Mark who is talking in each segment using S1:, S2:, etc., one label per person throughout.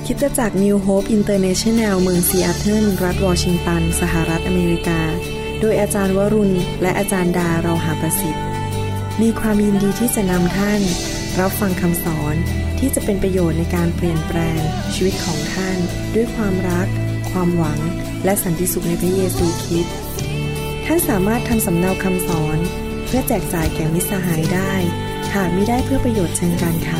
S1: คริสตจักร New Hope International เมืองซีแอตเทิลรัฐวอชิงตันสหรัฐอเมริกาโดยอาจารย์วรุณและอาจารย์ดาเราหาประสิทธิ์มีความยินดีที่จะนำท่านรับฟังคำสอนที่จะเป็นประโยชน์ในการเปลี่ยนแปลงชีวิตของท่านด้วยความรักความหวังและสันติสุขในพระเยซูคริสต์ท่านสามารถทำสำเนาคำสอนเพื่อแจกจ่ายแก่มิตรสหายได้หากมิได้เพื่อประโยชน์เชิงการค้า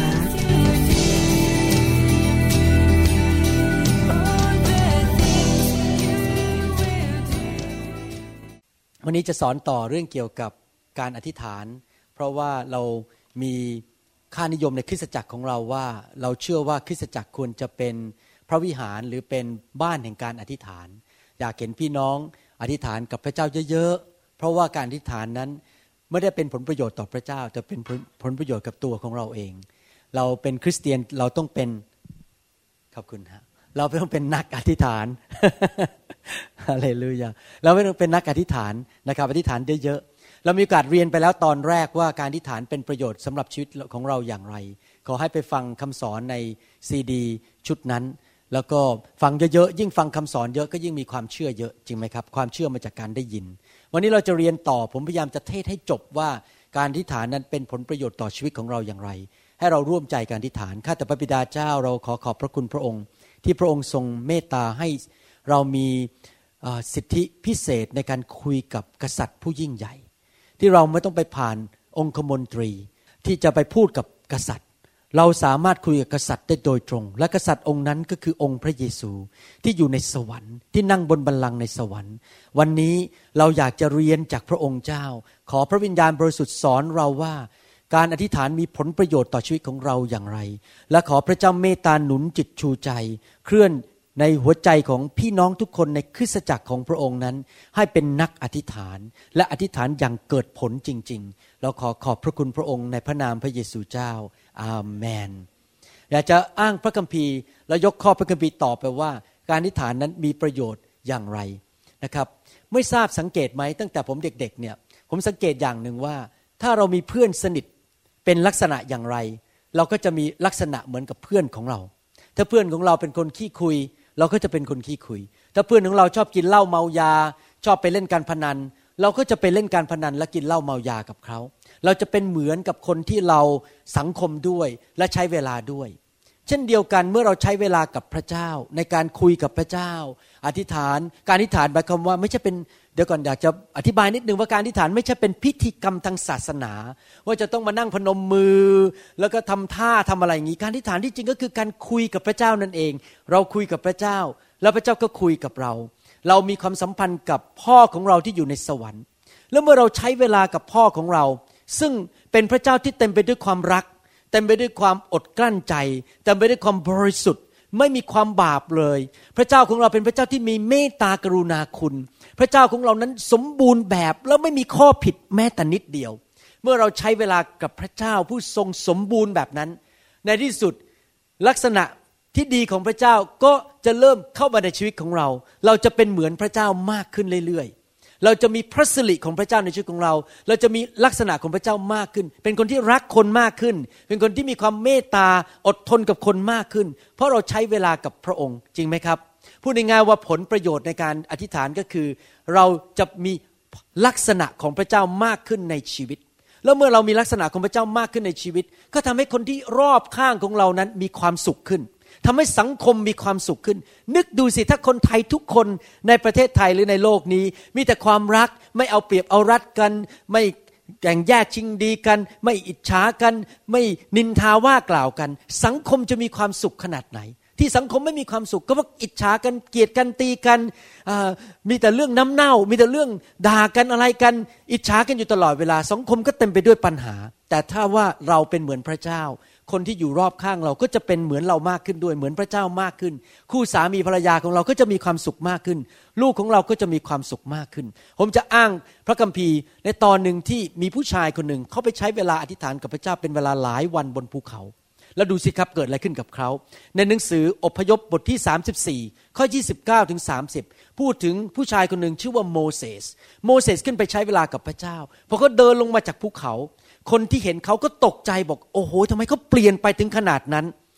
S2: วันนี้จะสอนต่อเรื่องเกี่ยวกับการอธิษฐานเพราะว่าเรามีค่านิยมในคริสตจักรของเราว่าเราเชื่อว่าคริสตจักรควรจะเป็นพระวิหารหรือเป็นบ้านแห่งการอธิษฐานอยากเห็นพี่น้องอธิษฐานกับพระเจ้าเยอะๆเพราะว่าการอธิษฐานนั้นไม่ได้เป็นผลประโยชน์ต่อพระเจ้าแต่เป็นผลประโยชน์กับตัวของเราเองเราเป็นคริสเตียนเราต้องเป็นขอบคุณฮะเราไม่ต้องเป็นนักอธิษฐานฮาเลลูยาเราไม่ต้องเป็นนักอธิษฐานนะครับอธิษฐานเยอะๆเรามีโอกาสเรียนไปแล้วตอนแรกว่าการอธิษฐานเป็นประโยชน์สำหรับชีวิตของเราอย่างไรขอให้ไปฟังคำสอนในซีดีชุดนั้นแล้วก็ฟังเยอะๆยิ่งฟังคำสอนเยอะก็ยิ่งมีความเชื่อเยอะจริงไหมครับความเชื่อมาจากการได้ยินวันนี้เราจะเรียนต่อผมพยายามจะเทศให้จบว่าการอธิษฐานนั้นเป็นผลประโยชน์ต่อชีวิตของเราอย่างไรให้เราร่วมใจการอธิษฐานข้าแต่พระบิดาเจ้าเราขอขอบพระคุณพระองค์ที่พระองค์ทรงเมตตาให้เรามีสิทธิพิเศษในการคุยกับกษัตริย์ผู้ยิ่งใหญ่ที่เราไม่ต้องไปผ่านองคมนตรีที่จะไปพูดกับกษัตริย์เราสามารถคุยกับกษัตริย์ได้โดยตรงและกษัตริย์องค์นั้นก็คือองค์พระเยซูที่อยู่ในสวรรค์ที่นั่งบนบัลลังก์ในสวรรค์วันนี้เราอยากจะเรียนจากพระองค์เจ้าขอพระวิญญาณบริสุทธิ์สอนเราว่าการอธิษฐานมีผลประโยชน์ต่อชีวิตของเราอย่างไรและขอพระเจ้าเมตตาหนุนจิตชูใจเคลื่อนในหัวใจของพี่น้องทุกคนในคริสตจักรของพระองค์นั้นให้เป็นนักอธิษฐานและอธิษฐานอย่างเกิดผลจริงๆเราขอบพระคุณพระองค์ในพระนามพระเยซูเจ้าอาเมนอยากจะอ้างพระคัมภีร์และยกข้อพระคัมภีร์ต่อไปว่าการอธิษฐานนั้นมีประโยชน์อย่างไรนะครับไม่ทราบสังเกตไหมตั้งแต่ผมเด็กๆเนี่ยผมสังเกตอย่างหนึ่งว่าถ้าเรามีเพื่อนสนิทเป็นลักษณะอย่างไรเราก็จะมีลักษณะเหมือนกับเพื่อนของเราถ้าเพื่อนของเราเป็นคนขี้คุยเราก็จะเป็นคนขี้คุยถ้าเพื่อนของเราชอบกินเหล้าเมายาชอบไปเล่นการพนันเราก็จะไปเล่นการพนันและกินเหล้าเมายากับเขาเราจะเป็นเหมือนกับคนที่เราสังคมด้วยและใช้เวลาด้วยเช่นเดียวกันเมื่อเราใช้เวลากับพระเจ้าในการคุยกับพระเจ้าอธิษฐานการอธิษฐานหมายความว่าไม่ใช่เป็นเดี๋ยวก่อนอยากจะอธิบายนิดนึงว่าการอธิษฐานไม่ใช่เป็นพิธีกรรมทางศาสนาว่าจะต้องมานั่งพนมมือแล้วก็ทำท่าทำอะไรอย่างนี้การอธิษฐานที่จริงก็คือการคุยกับพระเจ้านั่นเองเราคุยกับพระเจ้าแล้วพระเจ้าก็คุยกับเราเรามีความสัมพันธ์กับพ่อของเราที่อยู่ในสวรรค์แล้วเมื่อเราใช้เวลากับพ่อของเราซึ่งเป็นพระเจ้าที่เต็มไปด้วยความรักเต็มไปด้วยความอดกลั้นใจเต็มไปด้วยความบริสุทธิ์ไม่มีความบาปเลยพระเจ้าของเราเป็นพระเจ้าที่มีเมตตากรุณาคุณพระเจ้าของเรานั้นสมบูรณ์แบบแล้วไม่มีข้อผิดแม้แต่นิดเดียวเมื่อเราใช้เวลากับพระเจ้าผู้ทรงสมบูรณ์แบบนั้นในที่สุดลักษณะที่ดีของพระเจ้าก็จะเริ่มเข้ามาในชีวิตของเราเราจะเป็นเหมือนพระเจ้ามากขึ้นเรื่อยๆเราจะมีพระสิริของพระเจ้าในชีวิตของเราเราจะมีลักษณะของพระเจ้ามากขึ้นเป็นคนที่รักคนมากขึ้นเป็นคนที่มีความเมตตาอดทนกับคนมากขึ้นเพราะเราใช้เวลากับพระองค์จริงไหมครับพูดง่ายๆว่าผลประโยชน์ในการอธิษฐานก็คือเราจะมีลักษณะของพระเจ้ามากขึ้นในชีวิตแล้วเมื่อเรามีลักษณะของพระเจ้ามากขึ้นในชีวิตก็ทำให้คนที่รอบข้างของเรานั้นมีความสุขขึ้นทำให้สังคมมีความสุขขึ้นนึกดูสิถ้าคนไทยทุกคนในประเทศไทยหรือในโลกนี้มีแต่ความรักไม่เอาเปรียบเอารัดกันไม่แข่งแย่งชิงดีกันไม่อิจฉากันไม่นินทาว่ากล่าวกันสังคมจะมีความสุขขนาดไหนที่สังคมไม่มีความสุขก็เพราะอิจฉากันเกลียดกันตีกันมีแต่เรื่องน้ำเน่ามีแต่เรื่องด่ากันอะไรกันอิจฉากันอยู่ตลอดเวลาสังคมก็เต็มไปด้วยปัญหาแต่ถ้าว่าเราเป็นเหมือนพระเจ้าคนที่อยู่รอบข้างเราก็จะเป็นเหมือนเรามากขึ้นด้วยเหมือนพระเจ้ามากขึ้นคู่สามีภรรยาของเราก็จะมีความสุขมากขึ้นลูกของเราก็จะมีความสุขมากขึ้นผมจะอ้างพระคัมภีร์ในตอนนึงที่มีผู้ชายคนหนึ่งเขาไปใช้เวลาอธิษฐานกับพระเจ้าเป็นเวลาหลายวันบนภูเขาแล้วดูสิครับเกิดอะไรขึ้นกับเขาในหนังสืออพยพบทที่34ข้อ29ถึง30พูดถึงผู้ชายคนหนึ่งชื่อว่าโมเสสขึ้นไปใช้เวลากับพระเจ้าพอเขาเดินลงมาจากภูเขาคนที่เห็นเขาก็ตกใจบอกโอ้โหทำไมเขาเปลี่ยนไปถึงขนาดนั้น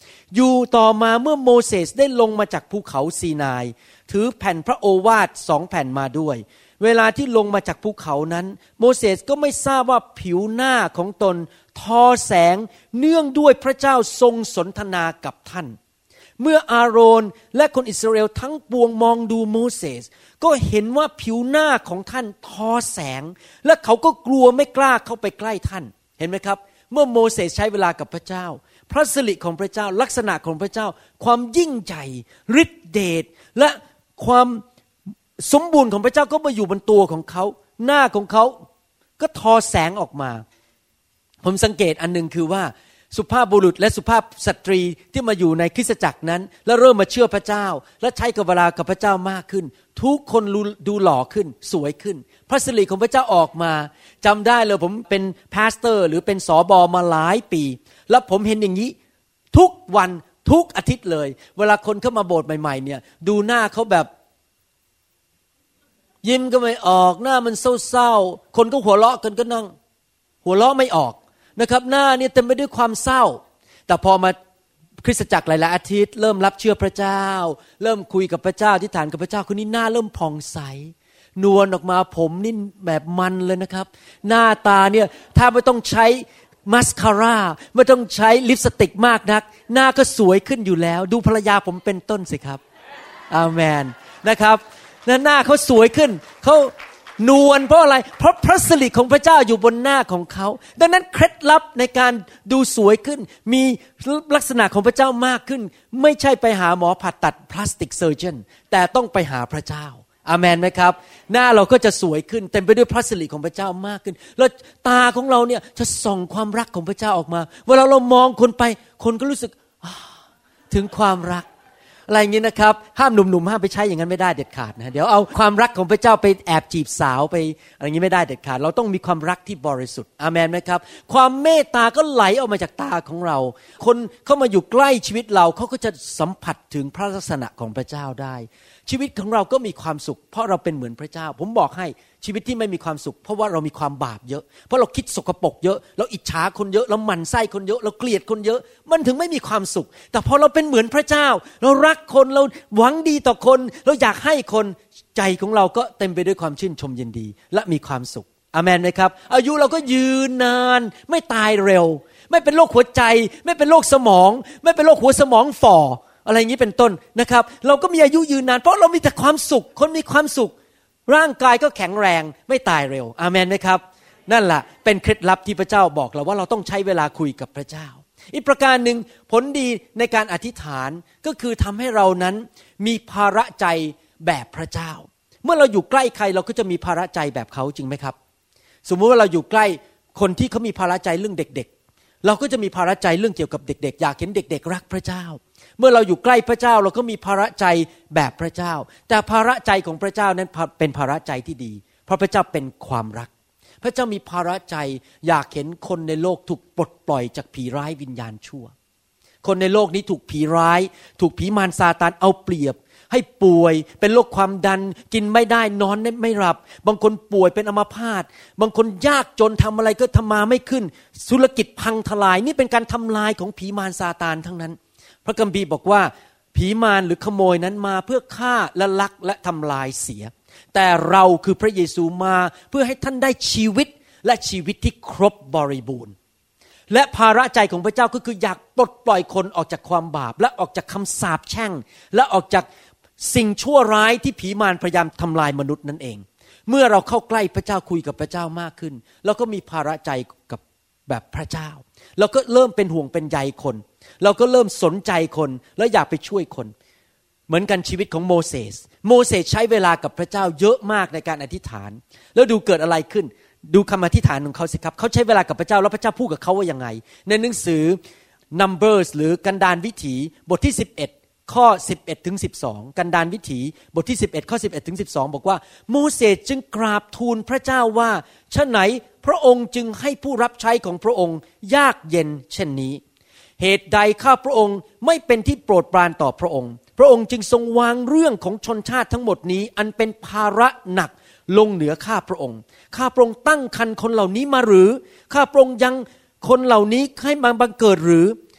S2: อยู่ต่อมาเมื่อโมเสสได้ลงมาจากภูเขาซีนายถือแผ่นพระโอวาท2 แผ่นมาด้วยเวลาที่ลงมาจากภูเขานั้นโมเสสก็ไม่ทราบว่าผิวหน้าของตนทอแสงเนื่องด้วยพระเจ้าทรงสนทนากับท่านเมื่ออาโรนและคนอิสราเอลทั้งปวงมองดูโมเสสก็เห็นว่าผิวหน้าของท่านทอแสงและเขาก็กลัวไม่กล้าเข้าไปใกล้ท่านเห็นไหมครับเมื่อโมเสสใช้เวลากับพระเจ้าพระสิริของพระเจ้าลักษณะของพระเจ้าความยิ่งใหญ่ฤทธิเดชและความสมบูรณ์ของพระเจ้าก็มาอยู่บนตัวของเขาหน้าของเขาก็ทอแสงออกมาผมสังเกตอันนึงคือว่าสุภาพบุรุษและสุภาพสตรีที่มาอยู่ในคริสตจักรนั้นและเริ่มมาเชื่อพระเจ้าและใช้กับเวลากับพระเจ้ามากขึ้นทุกคนดูหล่อขึ้นสวยขึ้นพระสิริของพระเจ้าออกมาจำได้เลยผมเป็นพาสเตอร์หรือเป็นสบมาหลายปีแล้วผมเห็นอย่างนี้ทุกวันทุกอาทิตย์เลยเวลาคนเข้ามาโบสถ์ใหม่ๆเนี่ยดูหน้าเขาแบบยิ้มก็ไม่ออกหน้ามันเศร้าๆคนก็หัวเราะกันก็นั่งหัวเราะไม่ออกนะครับหน้าเนี่ยเต็มไปด้วยความเศร้าแต่พอมาคริสตจักรหลายๆอาทิตย์เริ่มรับเชื่อพระเจ้าเริ่มคุยกับพระเจ้าอธิษฐานกับพระเจ้าคนนี้หน้าเริ่มผ่องใสนวลออกมาผมนี่แบบมันเลยนะครับหน้าตาเนี่ยถ้าไม่ต้องใช้มัสคาร่าไม่ต้องใช้ลิปสติกมากนักหน้าก็สวยขึ้นอยู่แล้วดูภรรยาผมเป็นต้นสิครับอาเมนนะครับหน้าเขาสวยขึ้นเขานวลเพราะอะไรเพราะพระสิริของพระเจ้าอยู่บนหน้าของเขาดังนั้นเคล็ดลับในการดูสวยขึ้นมีลักษณะของพระเจ้ามากขึ้นไม่ใช่ไปหาหมอผ่าตัดพลาสติกเซอร์เจนแต่ต้องไปหาพระเจ้าอาเมนไหมครับหน้าเราก็จะสวยขึ้นเต็มไปด้วยพระสิริของพระเจ้ามากขึ้นแล้วตาของเราเนี่ยจะส่องความรักของพระเจ้าออกมาเวลาเรามองคนไปคนก็รู้สึกถึงความรักอะไรอย่างนี้นะครับห้ามหนุ่มๆห้ามไปใช้อย่างนั้นไม่ได้เด็ดขาดนะเดี๋ยวเอาความรักของพระเจ้าไปแอบจีบสาวไปอะไรอย่างนี้ไม่ได้เด็ดขาดเราต้องมีความรักที่บริสุทธิ์อาเมนไหมครับความเมตตาก็ไหลออกมาจากตาของเราคนเข้ามาอยู่ใกล้ชีวิตเราเขาก็จะสัมผัสถึงพระลักษณะของพระเจ้าได้ชีวิตของเราก็มีความสุขเพราะเราเป็นเหมือนพระเจ้าผมบอกให้ชีวิตที่ไม่มีความสุขเพราะว่าเรามีความบาปเยอะเพราะเราคิดสกปรกเยอะเราอิจฉาคนเยอะเราหมั่นไส้คนเยอะเราเกลียดคนเยอะมันถึงไม่มีความสุขแต่พอเราเป็นเหมือนพระเจ้าเรารักคนเราหวังดีต่อคนเราอยากให้คนใจของเราก็เต็มไปด้วยความชื่นชมยินดีและมีความสุขอาเมนไหมครับอายุเราก็ยืนนานไม่ตายเร็วไม่เป็นโรคหัวใจไม่เป็นโรคสมองไม่เป็นโรคหัวสมองฝ่ออะไรอย่างนี้เป็นต้นนะครับเราก็มีอายุยืนนานเพราะเรามีแต่ความสุขคนมีความสุขร่างกายก็แข็งแรงไม่ตายเร็วอาเมนไหมครับนั่นแหละเป็นเคล็ดลับที่พระเจ้าบอกเราว่าเราต้องใช้เวลาคุยกับพระเจ้าอีกประการหนึ่งผลดีในการอธิษฐานก็คือทำให้เรานั้นมีภาระใจแบบพระเจ้าเมื่อเราอยู่ใกล้ใครเราก็จะมีภาระใจแบบเขาจริงไหมครับสมมุติว่าเราอยู่ใกล้คนที่เขามีภาระใจเรื่องเด็กๆเราก็จะมีภาระใจเรื่องเกี่ยวกับเด็กๆอยากเห็นเด็กๆรักพระเจ้าเมื่อเราอยู่ใกล้พระเจ้าเราก็มีภาระใจแบบพระเจ้าแต่ภาระใจของพระเจ้านั้นเป็นภาระใจที่ดีเพราะพระเจ้าเป็นความรักพระเจ้ามีภาระใจอยากเห็นคนในโลกถูกปลดปล่อยจากผีร้ายวิญญาณชั่วคนในโลกนี้ถูกผีร้ายถูกผีมารซาตานเอาเปรียบให้ป่วยเป็นโรคความดันกินไม่ได้นอนไม่หลับบางคนป่วยเป็นอัมพาตบางคนยากจนทำอะไรก็ทำมาไม่ขึ้นธุรกิจพังทลายนี่เป็นการทำลายของผีมารซาตานทั้งนั้นพระคัมภีร์บอกว่าผีมารหรือขโมยนั้นมาเพื่อฆ่าและลักและทำลายเสียแต่เราคือพระเยซูมาเพื่อให้ท่านได้ชีวิตและชีวิตที่ครบบริบูรณ์และภาระใจของพระเจ้าก็คืออยากปลดปล่อยคนออกจากความบาปและออกจากคำสาปแช่งและออกจากสิ่งชั่วร้ายที่ผีมารพยายามทำลายมนุษย์นั่นเองเมื่อเราเข้าใกล้พระเจ้าคุยกับพระเจ้ามากขึ้นเราก็มีภาระใจกับแบบพระเจ้าเราก็เริ่มเป็นห่วงเป็นใยคนเราก็เริ่มสนใจคนและอยากไปช่วยคนเหมือนกันชีวิตของโมเสสใช้เวลากับพระเจ้าเยอะมากในการอธิษฐานแล้วดูเกิดอะไรขึ้นดูคำอธิษฐานของเขาสิครับเขาใช้เวลากับพระเจ้าแล้วพระเจ้าพูดกับเขาว่ายังไงในหนังสือ Numbers หรือกันดารวิถีบทที่11ข้อ11ถึง12กันดารวิถีบทที่11ข้อ11ถึง12บอกว่าโมเสสจึงกราบทูลพระเจ้าว่าฉะไหนพระองค์จึงให้ผู้รับใช้ของพระองค์ยากเย็นเช่นนี้เหตุใดข้าพระองค์ไม่เป็นที่โปรดปรานต่อพระองค์พระองค์จึงทรงวางเรื่องของชนชาติทั้งหมดนี้อันเป็นภาระหนักลงเหนือข้าพระองค์ข้าพระองค์ตั้งครรภ์คนเหล่านี้มาหรือข้าพระองค์ยังคนเหล่านี้ให้มาบังเกิดหรือ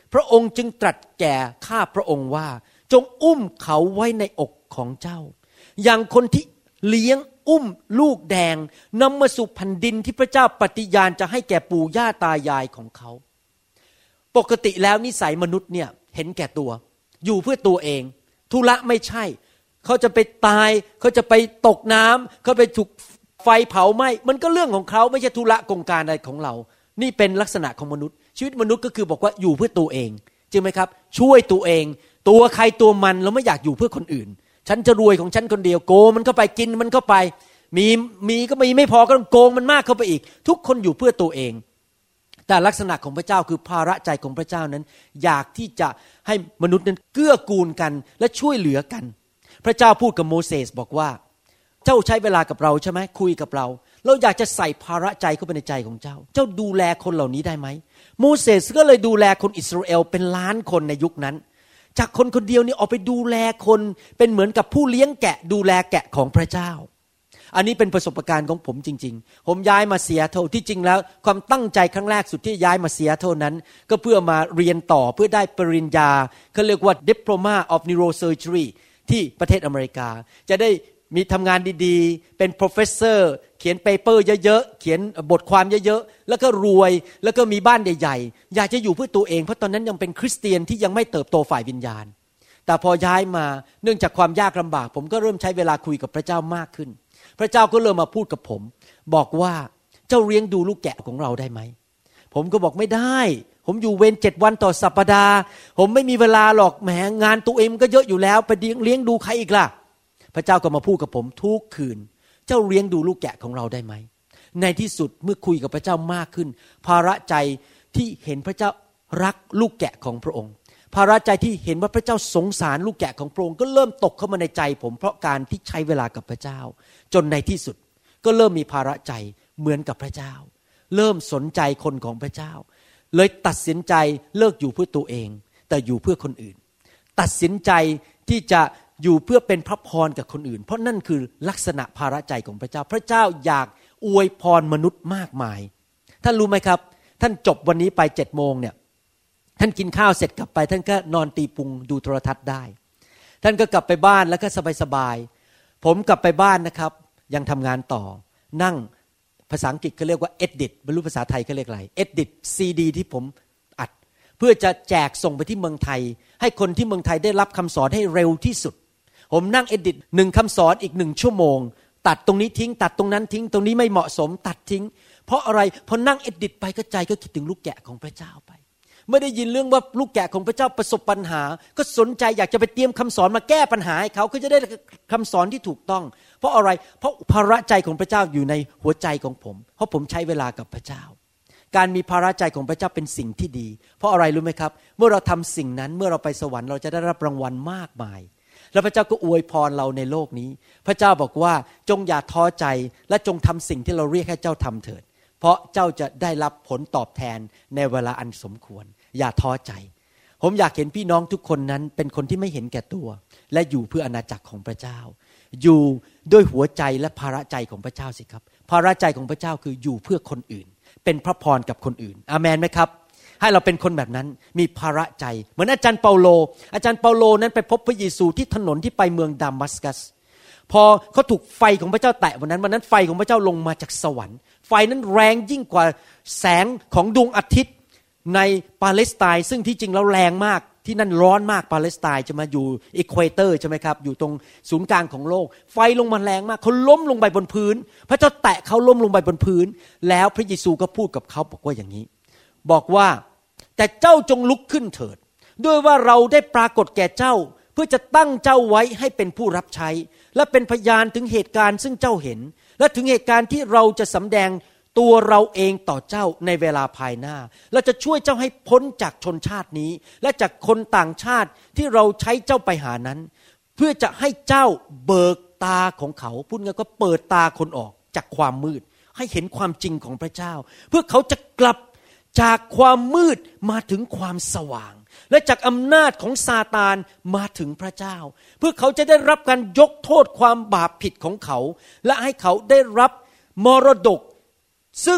S2: พระองค์จึงตรัสแก่ข้าพระองค์ว่าจงอุ้มเขาไว้ในอกของเจ้าอย่างคนที่เลี้ยงอุ้มลูกแดงนำมาสู่แผ่นดินที่พระเจ้าปฏิญาณจะให้แก่ปู่ย่าตายายของเขาปกติแล้วนิสัยมนุษย์เนี่ยเห็นแก่ตัวอยู่เพื่อตัวเองธุระไม่ใช่เขาจะไปตายเขาจะไปตกน้ำเขาไปถูกไฟเผาไหม้มันก็เรื่องของเขาไม่ใช่ธุระกงการอะไรของเรานี่เป็นลักษณะของมนุษย์ชีวิตมนุษย์ก็คือบอกว่าอยู่เพื่อตัวเองจริงไหมครับช่วยตัวเองตัวใครตัวมันเราไม่อยากอยู่เพื่อคนอื่นฉันจะรวยของฉันคนเดียวโกงมันเข้าไปกินมันเข้าไปมีก็ไม่พอก็ต้องโกงมันมากเข้าไปอีกทุกคนอยู่เพื่อตัวเองแต่ลักษณะของพระเจ้าคือภาระใจของพระเจ้านั้นอยากที่จะให้มนุษย์นั้นเกื้อกูลกันและช่วยเหลือกันพระเจ้าพูดกับโมเสสบอกว่าเจ้าใช้เวลากับเราใช่ไหมคุยกับเราอยากจะใส่ภาระใจเข้าไปในใจของเจ้าดูแลคนเหล่านี้ได้ไหมโมเสสก็เลยดูแลคนอิสราเอลเป็นล้านคนในยุคนั้นจากคนคนเดียวนี่ออกไปดูแลคนเป็นเหมือนกับผู้เลี้ยงแกะดูแลแกะของพระเจ้าอันนี้เป็นประสบการณ์ของผมจริงๆผมย้ายมาซีแอตเทิลที่จริงแล้วความตั้งใจครั้งแรกสุดที่ย้ายมาซีแอตเทิลนั้นก็เพื่อมาเรียนต่อเพื่อได้ปริญญาเขาเรียกว่า Diploma of Neurosurgery ที่ประเทศอเมริกาจะได้มีทำงานดีๆเป็น professor เขียนเปเปอร์เยอะๆเขียนบทความเยอะๆแล้วก็รวยแล้วก็มีบ้านใหญ่ๆอยากจะอยู่เพื่อตัวเองเพราะตอนนั้นยังเป็นคริสเตียนที่ยังไม่เติบโตฝ่ายวิญญาณแต่พอย้ายมาเนื่องจากความยากลำบากผมก็เริ่มใช้เวลาคุยกับพระเจ้ามากขึ้นพระเจ้าก็เริ่มมาพูดกับผมบอกว่าเจ้าเลี้ยงดูลูกแกะของเราได้ไหมผมก็บอกไม่ได้ผมอยู่เวร7 วันต่อสัปดาห์ผมไม่มีเวลาหรอกแหมงานตัวเองมันก็เยอะอยู่แล้วไปเลี้ยงดูใครอีกล่ะพระเจ้าก็มาพูดกับผมทุกคืนเจ้าเลี้ยงดูลูกแกะของเราได้ไหมในที่สุดเมื่อคุยกับพระเจ้ามากขึ้นภาระใจที่เห็นพระเจ้ารักลูกแกะของพระองค์ภาระใจที่เห็นว่าพระเจ้าสงสารลูกแกะของพระองค์ก็เริ่มตกเข้ามาในใจผมเพราะการที่ใช้เวลากับพระเจ้าจนในที่สุดก็เริ่มมีภาระใจเหมือนกับพระเจ้าเริ่มสนใจคนของพระเจ้าเลยตัดสินใจเลิกอยู่เพื่อตัวเองแต่อยู่เพื่อคนอื่นตัดสินใจที่จะอยู่เพื่อเป็นพระพรกับคนอื่นเพราะนั่นคือลักษณะภาระใจของพระเจ้าพระเจ้าอยากอวยพรมนุษย์มากมายท่านรู้ไหมครับท่านจบวันนี้ไป7 โมงเนี่ยท่านกินข้าวเสร็จกลับไปท่านก็นอนตีปุงดูโทรทัศน์ได้ท่านก็กลับไปบ้านแล้วก็สบายๆผมกลับไปบ้านนะครับยังทำงานต่อนั่งภาษาอังกฤษเขาเรียกว่า edit ไม่รู้ภาษาไทยเขาเรียกอะไร edit CD ที่ผมอัดเพื่อจะแจกส่งไปที่เมืองไทยให้คนที่เมืองไทยได้รับคำสอนให้เร็วที่สุดผมนั่ง edit 1 คำสอนอีก1 ชั่วโมงตัดตรงนี้ทิ้งตัดตรงนั้นทิ้งตรงนี้ไม่เหมาะสมตัดทิ้งเพราะอะไรพอนั่ง edit ไปก็ใจก็คิดถึงลูกแกะของพระเจ้าไปไม่ได้ยินเรื่องว่าลูกแกะของพระเจ้าประสบปัญหาก็สนใจอยากจะไปเตรียมคำสอนมาแก้ปัญหาให้เขาก็จะได้คำสอนที่ถูกต้องเพราะอะไรเพราะภาระใจของพระเจ้าอยู่ในหัวใจของผมเพราะผมใช้เวลากับพระเจ้าการมีภาระใจของพระเจ้าเป็นสิ่งที่ดีเพราะอะไรรู้ไหมครับเมื่อเราทำสิ่งนั้นเมื่อเราไปสวรรค์เราจะได้รับรางวัลมากมายแล้วพระเจ้าก็อวยพรเราในโลกนี้พระเจ้าบอกว่าจงอย่าท้อใจและจงทำสิ่งที่เราเรียกให้เจ้าทำเถิดเพราะเจ้าจะได้รับผลตอบแทนในเวลาอันสมควรอย่าท้อใจผมอยากเห็นพี่น้องทุกคนนั้นเป็นคนที่ไม่เห็นแก่ตัวและอยู่เพื่ออาณาจักรของพระเจ้าอยู่ด้วยหัวใจและภาระใจของพระเจ้าสิครับภาระใจของพระเจ้าคืออยู่เพื่อคนอื่นเป็นพระพรกับคนอื่นอาเมนไหมครับให้เราเป็นคนแบบนั้นมีภาระใจเหมือนอาจารย์เปาโลนั้นไปพบพระเยซูที่ถนนที่ไปเมืองดามัสกัสพอเขาถูกไฟของพระเจ้าแตะวันนั้นไฟของพระเจ้าลงมาจากสวรรค์ไฟนั้นแรงยิ่งกว่าแสงของดวงอาทิตย์ในปาเลสไตน์ซึ่งที่จริงแล้วแรงมากที่นั่นร้อนมากปาเลสไตน์จะมาอยู่อีควอเตอร์ใช่ไหมครับอยู่ตรงศูนย์กลางของโลกไฟลงมาแรงมากเขาล้มลงไปบนพื้นพระเจ้าแตะเขาล้มลงไปบนพื้นแล้วพระเยซูก็พูดกับเขาบอกว่าอย่างนี้บอกว่าแต่เจ้าจงลุกขึ้นเถิดด้วยว่าเราได้ปรากฏแก่เจ้าเพื่อจะตั้งเจ้าไว้ให้เป็นผู้รับใช้และเป็นพยานถึงเหตุการณ์ซึ่งเจ้าเห็นและถึงเหตุการณ์ที่เราจะสำแดงตัวเราเองต่อเจ้าในเวลาภายหน้าเราจะช่วยเจ้าให้พ้นจากชนชาตินี้และจากคนต่างชาติที่เราใช้เจ้าไปหานั้นเพื่อจะให้เจ้าเบิกตาของเขาพูดง่ายก็เปิดตาคนออกจากความมืดให้เห็นความจริงของพระเจ้าเพื่อเขาจะกลับจากความมืดมาถึงความสว่างและจากอำนาจของซาตานมาถึงพระเจ้าเพื่อเขาจะได้รับการยกโทษความบาปผิดของเขาและให้เขาได้รับมรดกซึ่ง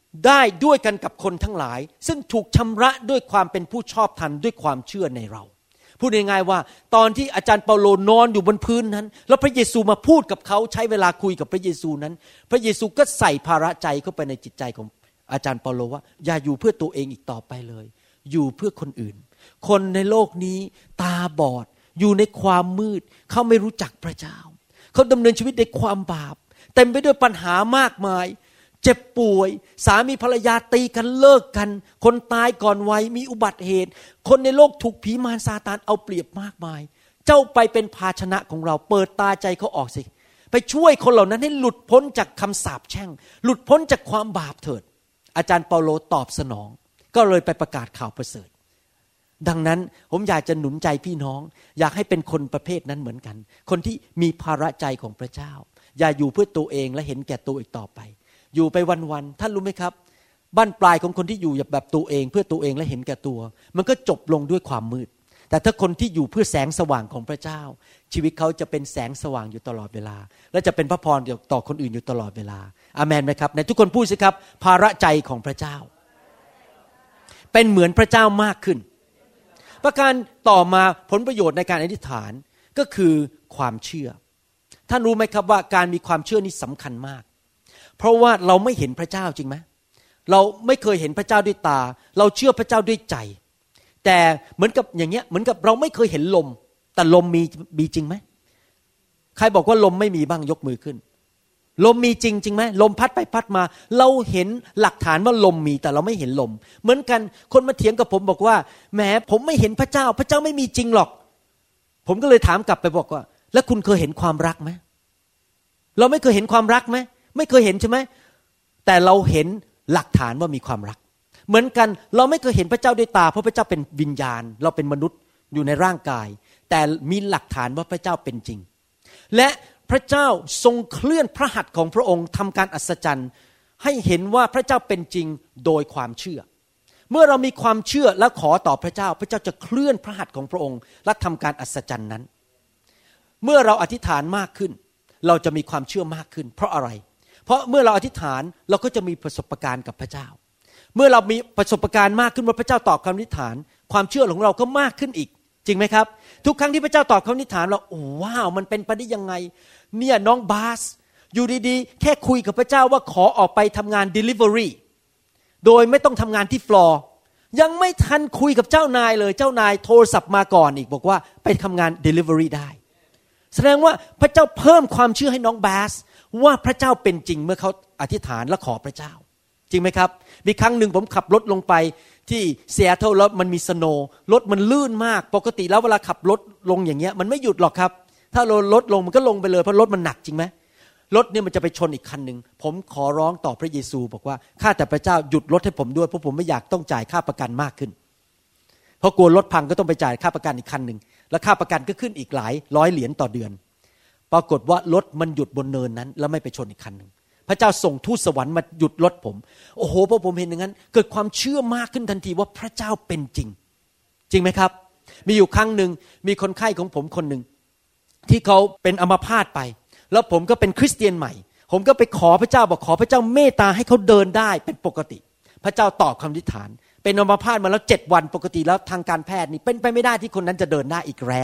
S2: ได้ด้วยกันกับคนทั้งหลายซึ่งถูกชำระด้วยความเป็นผู้ชอบธรรมด้วยความเชื่อในเราพูดง่ายๆว่าตอนที่อาจารย์เปาโลนอนอยู่บนพื้นนั้นแล้วพระเยซูมาพูดกับเขาใช้เวลาคุยกับพระเยซูนั้นพระเยซูก็ใส่ภาระใจเข้าไปในจิตใจของอาจารย์เปาโลว่าอย่าอยู่เพื่อตัวเองอีกต่อไปเลยอยู่เพื่อคนอื่นคนในโลกนี้ตาบอดอยู่ในความมืดเขาไม่รู้จักพระเจ้าเขาดำเนินชีวิตในความบาปเต็มไปด้วยปัญหามากมายเจ็บป่วยสามีภรรยาตีกันเลิกกันคนตายก่อนวัยมีอุบัติเหตุคนในโลกถูกผีมารซาตานเอาเปรียบมากมายเจ้าไปเป็นภาชนะของเราเปิดตาใจเขาออกสิไปช่วยคนเหล่านั้นให้หลุดพ้นจากคำสาปแช่งหลุดพ้นจากความบาปเถิดอาจารย์เปาโลตอบสนองก็เลยไปประกาศข่าวประเสริฐดังนั้นผมอยากจะหนุนใจพี่น้องอยากให้เป็นคนประเภทนั้นเหมือนกันคนที่มีภาระใจของพระเจ้าอย่าอยู่เพื่อตัวเองและเห็นแก่ตัวอีกต่อไปอยู่ไปวันๆท่านรู้ไหมครับบั้นปลายของคนที่อยู่แบบตัวเองเพื่อตัวเองและเห็นแก่ตัวมันก็จบลงด้วยความมืดแต่ถ้าคนที่อยู่เพื่อแสงสว่างของพระเจ้าชีวิตเขาจะเป็นแสงสว่างอยู่ตลอดเวลาและจะเป็นพระพรต่อคนอื่นอยู่ตลอดเวลาอาเมนไหมครับในทุกคนพูดสิครับภาระใจของพระเจ้าเป็นเหมือนพระเจ้ามากขึ้นประการต่อมาผลประโยชน์ในการอธิษฐานก็คือความเชื่อท่านรู้ไหมครับว่าการมีความเชื่อนี่สำคัญมากเพราะว่าเราไม่เห็นพระเจ้าจริงไหมเราไม่เคยเห็นพระเจ้าด้วยตาเราเชื่อพระเจ้าด้วยใจแต่เหมือนกับอย่างเงี้ยเหมือนกับเราไม่เคยเห็นลมแต่ลมมีจริงไหมใครบอกว่าลมไม่มีบ้างยกมือขึ้นลมมีจริงไหมลมพัดไปพัดมาเราเห็นหลักฐานว่าลมมีแต่เราไม่เห็นลมเหมือนกันคนมาเถียงกับผมบอกว่าแหมผมไม่เห็นพระเจ้าพระเจ้าไม่มีจริงหรอกผมก็เลยถามกลับไปบอกว่าแล้วคุณเคยเห็นความรักไหมเราไม่เคยเห็นความรักไหมไม่เคยเห็นใช่ไหมแต่เราเห็นหลักฐานว่ามีความรักเหมือนกันเราไม่เคยเห็นพระเจ้าด้วยตาเพราะพระเจ้าเป็นวิญญาณเราเป็นมนุษย์อยู่ในร่างกายแต่มีหลักฐานว่าพระเจ้าเป็นจริงและพระเจ้าทรงเคลื่อนพระหัตถ์ของพระองค์ทำการอัศจรรย์ให้เห็นว่าพระเจ้าเป็นจริงโดยความเชื่อเมื่อเรามีความเชื่อและขอต่อพระเจ้าพระเจ้าจะเคลื่อนพระหัตถ์ของพระองค์และทำการอัศจรรย์นั้นเมื่อเราอธิษฐานมากขึ้นเราจะมีความเชื่อมากขึ้นเพราะอะไรเพราะเมื่อเราอธิษฐานเราก็จะมีประสบการณ์กับพระเจ้าเมื่อเรามีประสบการณ์มากขึ้นว่าพระเจ้าตอบคำอธิษฐานความเชื่อของเราก็มากขึ้นอีกจริงไหมครับทุกครั้งที่พระเจ้าตอบคำอธิษฐานเราโอ้ว้าวมันเป็นไปได้ยังไงเนี่ยน้องบาสอยู่ดีๆแค่คุยกับพระเจ้าว่าขอออกไปทำงาน delivery โดยไม่ต้องทำงานที่ฟลอร์ยังไม่ทันคุยกับเจ้านายเลยเจ้านายโทรศัพท์มาก่อนอีกบอกว่าไปทำงาน delivery ได้แสดงว่าพระเจ้าเพิ่มความเชื่อให้น้องบาสว่าพระเจ้าเป็นจริงเมื่อเขาอธิษฐานและขอพระเจ้าจริงไหมครับมีครั้งหนึ่งผมขับรถลงไปที่ซีแอตเทิลแล้วมันมีสโนว์รถมันลื่นมากปกติแล้วเวลาขับรถลงอย่างเงี้ยมันไม่หยุดหรอกครับถ้าเรารถลงมันก็ลงไปเลยเพราะรถมันหนักจริงไหมรถเนี่ยมันจะไปชนอีกคันนึงผมขอร้องต่อพระเยซูบอกว่าข้าแต่พระเจ้าหยุดรถให้ผมด้วยเพราะผมไม่อยากต้องจ่ายค่าประกันมากขึ้นเพราะกลัวรถพังก็ต้องไปจ่ายค่าประกันอีกคันนึงแล้วค่าประกันก็ขึ้นอีกหลายร้อยเหรียญต่อเดือนปรากฏว่ารถมันหยุดบนเนินนั้นแล้วไม่ไปชนอีกคันนึงพระเจ้าส่งทูตสวรรค์มาหยุดรถผมโอ้โหพอผมเห็นอย่างนั้นเกิดความเชื่อมากขึ้นทันทีว่าพระเจ้าเป็นจริงจริงไหมครับมีอยู่ครั้งหนึ่งมีคนไข้ของผมคนหนึ่งที่เขาเป็นอัมพาตไปแล้วผมก็เป็นคริสเตียนใหม่ผมก็ไปขอพระเจ้าบอกขอพระเจ้าเมตตาให้เขาเดินได้เป็นปกติพระเจ้าตอบคำอธิษฐานเป็นอัมพาตมาแล้ว7วันปกติแล้วทางการแพทย์นี่เป็นไปไม่ได้ที่คนนั้นจะเดินได้อีกแล้ว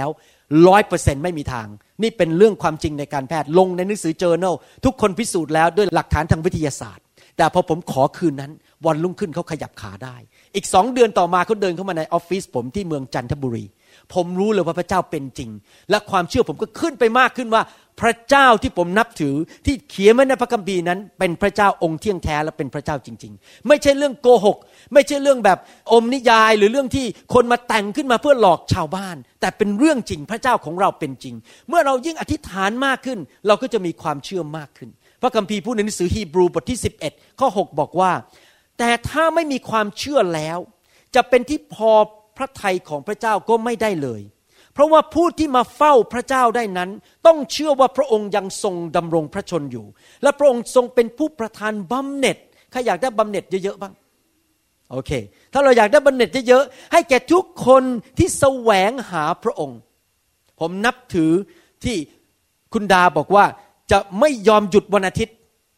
S2: 100% ไม่มีทางนี่เป็นเรื่องความจริงในการแพทย์ลงในหนังสือ journal ทุกคนพิสูจน์แล้วด้วยหลักฐานทางวิทยาศาสตร์แต่พอผมขอคืนนั้นวันรุ่งขึ้นเขาขยับขาได้อีก2 เดือนต่อมาเขาเดินเข้ามาในออฟฟิศผมที่เมืองจันทบุรีผมรู้เลยว่าพระเจ้าเป็นจริงและความเชื่อผมก็ขึ้นไปมากขึ้นว่าพระเจ้าที่ผมนับถือที่เขียนไว้ในพระคัมภีร์นั้นเป็นพระเจ้าองค์เที่ยงแท้และเป็นพระเจ้าจริงๆไม่ใช่เรื่องโกหกไม่ใช่เรื่องแบบอมนิยายหรือเรื่องที่คนมาแต่งขึ้นมาเพื่อหลอกชาวบ้านแต่เป็นเรื่องจริงพระเจ้าของเราเป็นจริงเมื่อเรายิ่งอธิษฐานมากขึ้นเราก็จะมีความเชื่อมากขึ้นพระคัมภีร์พูดในหนังสือฮีบรูบทที่11ข้อ6บอกว่าแต่ถ้าไม่มีความเชื่อแล้วจะเป็นที่พอพระทัยของพระเจ้าก็ไม่ได้เลยเพราะว่าผู้ที่มาเฝ้าพระเจ้าได้นั้นต้องเชื่อว่าพระองค์ยังทรงดำรงพระชนอยู่และพระองค์ทรงเป็นผู้ประทานบำเหน็จใครอยากได้บำเหน็จเยอะๆบ้างโอเคถ้าเราอยากได้บำเหน็จเยอะๆให้แก่ทุกคนที่แสวงหาพระองค์ผมนับถือที่คุณดาบอกว่าจะไม่ยอมหยุดวันอาทิตย์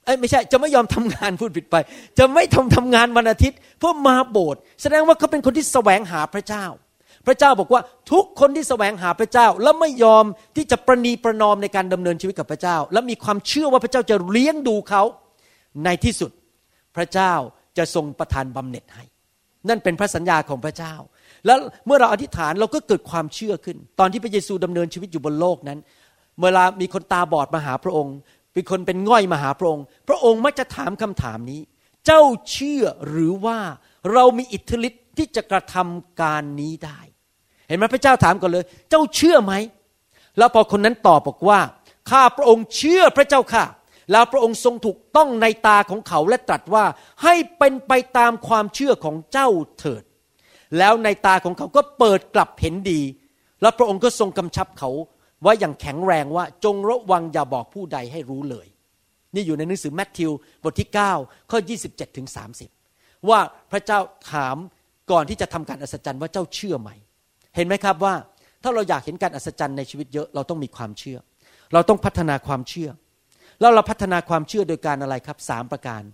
S2: ไม่ใช่จะไม่ยอมทำงานพูดผิดไปจะไม่ทำงานวันอาทิตย์เพื่อมาโบสถ์แสดงว่าเขาเป็นคนที่แสวงหาพระเจ้าพระเจ้าบอกว่าทุกคนที่แสวงหาพระเจ้าแล้วไม่ยอมที่จะประนีประนอมในการดำเนินชีวิตกับพระเจ้าและมีความเชื่อว่าพระเจ้าจะเลี้ยงดูเขาในที่สุดพระเจ้าจะทรงประทานบำเหน็จให้นั่นเป็นพระสัญญาของพระเจ้าแล้วเมื่อเราอธิษฐานเราก็เกิดความเชื่อขึ้นตอนที่พระเยซูดำเนินชีวิตอยู่บนโลกนั้นเวลามีคนตาบอดมาหาพระองค์มีคนเป็นง่อยมาหาพระองค์พระองค์มักจะถามคำถามนี้เจ้าเชื่อหรือว่าเรามีอิทธิฤทธิ์ที่จะกระทำการนี้ได้เห็นไหมพระเจ้าถามก่อนเลยเจ้าเชื่อไหมแล้วพอคนนั้นตอบบอกว่าข้าพระองค์เชื่อพระเจ้าค่ะแล้วพระองค์ทรงถูกต้องในตาของเขาและตรัสว่าให้เป็นไปตามความเชื่อของเจ้าเถิดแล้วในตาของเขาก็เปิดกลับเห็นดีแล้วพระองค์ก็ทรงกำชับเขาไว้อย่างแข็งแรงว่าจงระวังอย่าบอกผู้ใดให้รู้เลยนี่อยู่ในหนังสือมัทธิวบทที่9ข้อ27ถึง30ว่าพระเจ้าถามก่อนที่จะทำการอัศจรรย์ว่าเจ้าเชื่อไหมเห็นไหมครับว่าถ้าเราอยากเห็นการอัศจรรย์ในชีวิตเยอะเราต้องมีความเชื่อเราต้องพัฒนาความเชื่อแล้วเราพัฒนาความเชื่อโดยการอะไรครับ3ประการ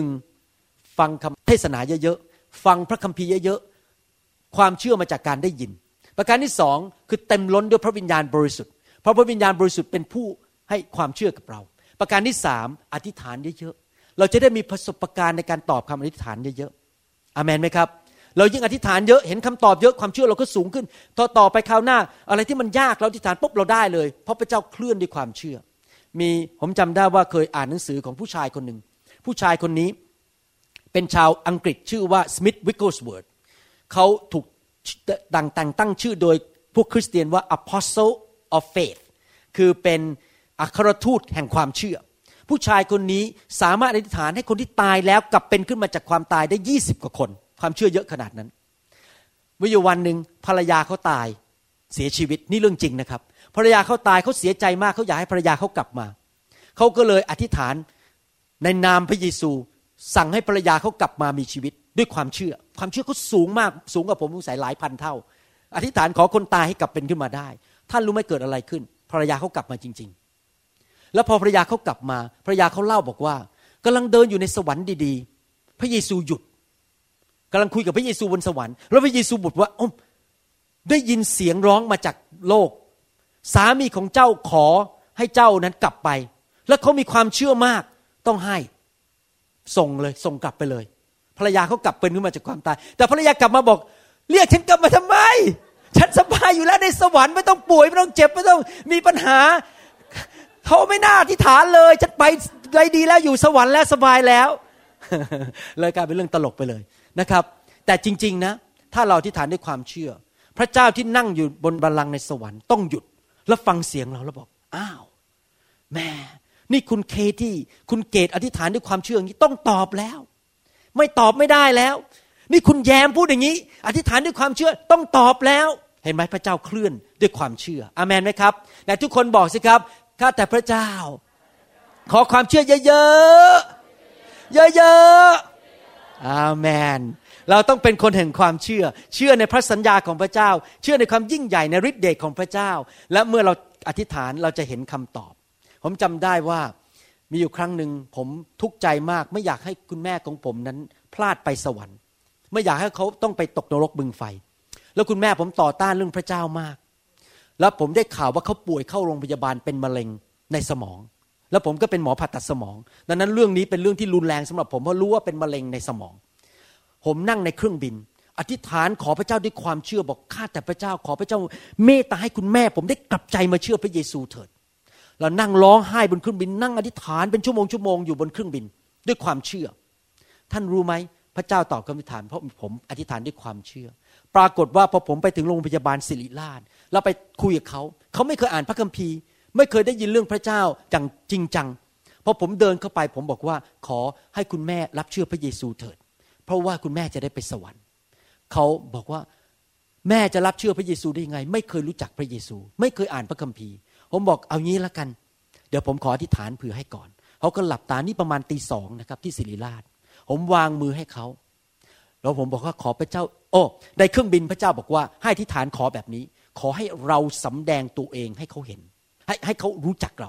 S2: 1ฟังคำเทศนาเยอะๆฟังพระคัมภีร์เยอะๆความเชื่อมาจากการได้ยินประการที่2คือเต็มล้นด้วยพระวิญญาณบริสุทธิ์เพราะพระวิญญาณบริสุทธิ์เป็นผู้ให้ความเชื่อกับเราประการที่3อธิษฐานเยอะๆเราจะได้มีประสบการณ์ในการตอบคำอธิษฐานเยอะๆอาเมนไหมครับเรายิ่งอธิษฐานเยอะเห็นคำตอบเยอะความเชื่อเราก็สูงขึ้นต่อไปคราวหน้าอะไรที่มันยากเราอธิษฐานปุ๊บเราได้เลยเพราะพระเจ้าเคลื่อนด้วยความเชื่อผมจำได้ว่าเคยอ่านหนังสือของผู้ชายคนหนึ่งผู้ชายคนนี้เป็นชาวอังกฤษชื่อว่าสมิธวิกเกิลสเวิร์ธเขาถูกแต่งตั้งชื่อโดยพวกคริสเตียนว่า Apostle of Faith คือเป็นอัครทูตแห่งความเชื่อผู้ชายคนนี้สามารถอธิษฐานให้คนที่ตายแล้วกลับเป็นขึ้นมาจากความตายได้20กว่าคนความเชื่อเยอะขนาดนั้นมีอยู่วันหนึ่งภรรยาเขาตายเสียชีวิตนี่เรื่องจริงนะครับภรรยาเขาตายเขาเสียใจมากเขาอยากให้ภรรยาเขากลับมาเขาก็เลยอธิษฐานในนามพระเยซูสั่งให้ภรรยาเขากลับมามีชีวิตด้วยความเชื่อเขาสูงมากสูงกว่าผมสงสัยหลายพันเท่าอธิษฐานขอคนตายให้กลับเป็นขึ้นมาได้ท่านรู้ไหมเกิดอะไรขึ้นภรรยาเขากลับมาจริงๆแล้วพอภรรยาเขากลับมาภรรยาเขาเล่าบอกว่ากำลังเดินอยู่ในสวรรค์ดีๆพระเยซูหยุดกำลังคุยกับพระเยซูบนสวรรค์แล้วพระเยซูบอกว่าได้ยินเสียงร้องมาจากโลกสามีของเจ้าขอให้เจ้านั้นกลับไปแล้วเขามีความเชื่อมากต้องให้ส่งกลับไปเลยภรรยาเขากลับเป็นขึ้นมาจากความตายแต่ภรรยากลับมาบอกเรียกฉันกลับมาทำไมฉันสบายอยู่แล้วในสวรรค์ไม่ต้องป่วยไม่ต้องเจ็บไม่ต้องมีปัญหาเขาไม่น่าอธิษฐานเลยฉันไปได้ดีแล้วอยู่สวรรค์แล้วสบายแล้ว เลยกลายเป็นเรื่องตลกไปเลยนะครับแต่จริงๆนะถ้าเราอธิษฐานด้วยความเชื่อพระเจ้าที่นั่งอยู่บนบัลลังก์ในสวรรค์ต้องหยุดแล้วฟังเสียงเราแล้วบอกอ้าวแม่นี่คุณเคที่คุณเกตอธิษฐานด้วยความเชื่ออย่างนี้ต้องตอบแล้วไม่ตอบไม่ได้แล้วนี่คุณแยมพูดอย่างนี้อธิษฐานด้วยความเชื่อต้องตอบแล้วเห็นไหมพระเจ้าเคลื่อนด้วยความเชื่ออาเมนไหมครับแต่ทุกคนบอกสิครับข้าแต่พระเจ้าขอความเชื่อเยอะๆเยอะๆอาเมนเราต้องเป็นคนแห่งความเชื่อในพระสัญญาของพระเจ้าเชื่อในความยิ่งใหญ่ในฤทธิ์เดชของพระเจ้าและเมื่อเราอธิษฐานเราจะเห็นคำตอบผมจำได้ว่ามีอยู่ครั้งหนึ่งผมทุกข์ใจมากไม่อยากให้คุณแม่ของผมนั้นพลาดไปสวรรค์ไม่อยากให้เขาต้องไปตกนรกบึงไฟแล้วคุณแม่ผมต่อต้านเรื่องพระเจ้ามากแล้วผมได้ข่าวว่าเขาป่วยเข้าโรงพยาบาลเป็นมะเร็งในสมองแล้วผมก็เป็นหมอผ่าตัดสมองดังนั้นเรื่องนี้เป็นเรื่องที่รุนแรงสำหรับผมเพราะรู้ว่าเป็นมะเร็งในสมองผมนั่งในเครื่องบินอธิษฐานขอพระเจ้าด้วยความเชื่อบอกข้าแต่พระเจ้าขอพระเจ้าเมตตาให้คุณแม่ผมได้กลับใจมาเชื่อพระเยซูเถิดเรานั่งร้องไห้บนเครื่องบินนั่งอธิษฐานเป็นชั่วโมงอยู่บนเครื่องบินด้วยความเชื่อท่านรู้ไหมพระเจ้าตอบคำอธิษฐานเพราะผมอธิษฐานด้วยความเชื่อปรากฏว่าพอผมไปถึงโรงพยาบาลศิริราชแล้วไปคุยกับเขาไม่เคยอ่านพระคัมภีร์ไม่เคยได้ยินเรื่องพระเจ้าอย่างจริงจังพอผมเดินเข้าไปผมบอกว่าขอให้คุณแม่รับเชื่อพระเยซูเถิดเพราะว่าคุณแม่จะได้ไปสวรรค์เขาบอกว่าแม่จะรับเชื่อพระเยซูได้ยังไงไม่เคยรู้จักพระเยซูไม่เคยอ่านพระคัมภีร์ผมบอกเอางี้ละกันเดี๋ยวผมขออธิษฐานเผื่อให้ก่อนเขาก็หลับตานี่ประมาณตี 2นะครับที่ศิริราชผมวางมือให้เขาแล้วผมบอกว่าขอพระเจ้าในเครื่องบินพระเจ้าบอกว่าให้อธิษฐานขอแบบนี้ขอให้เราสำแดงตัวเองให้เขาเห็นให้เขารู้จักเรา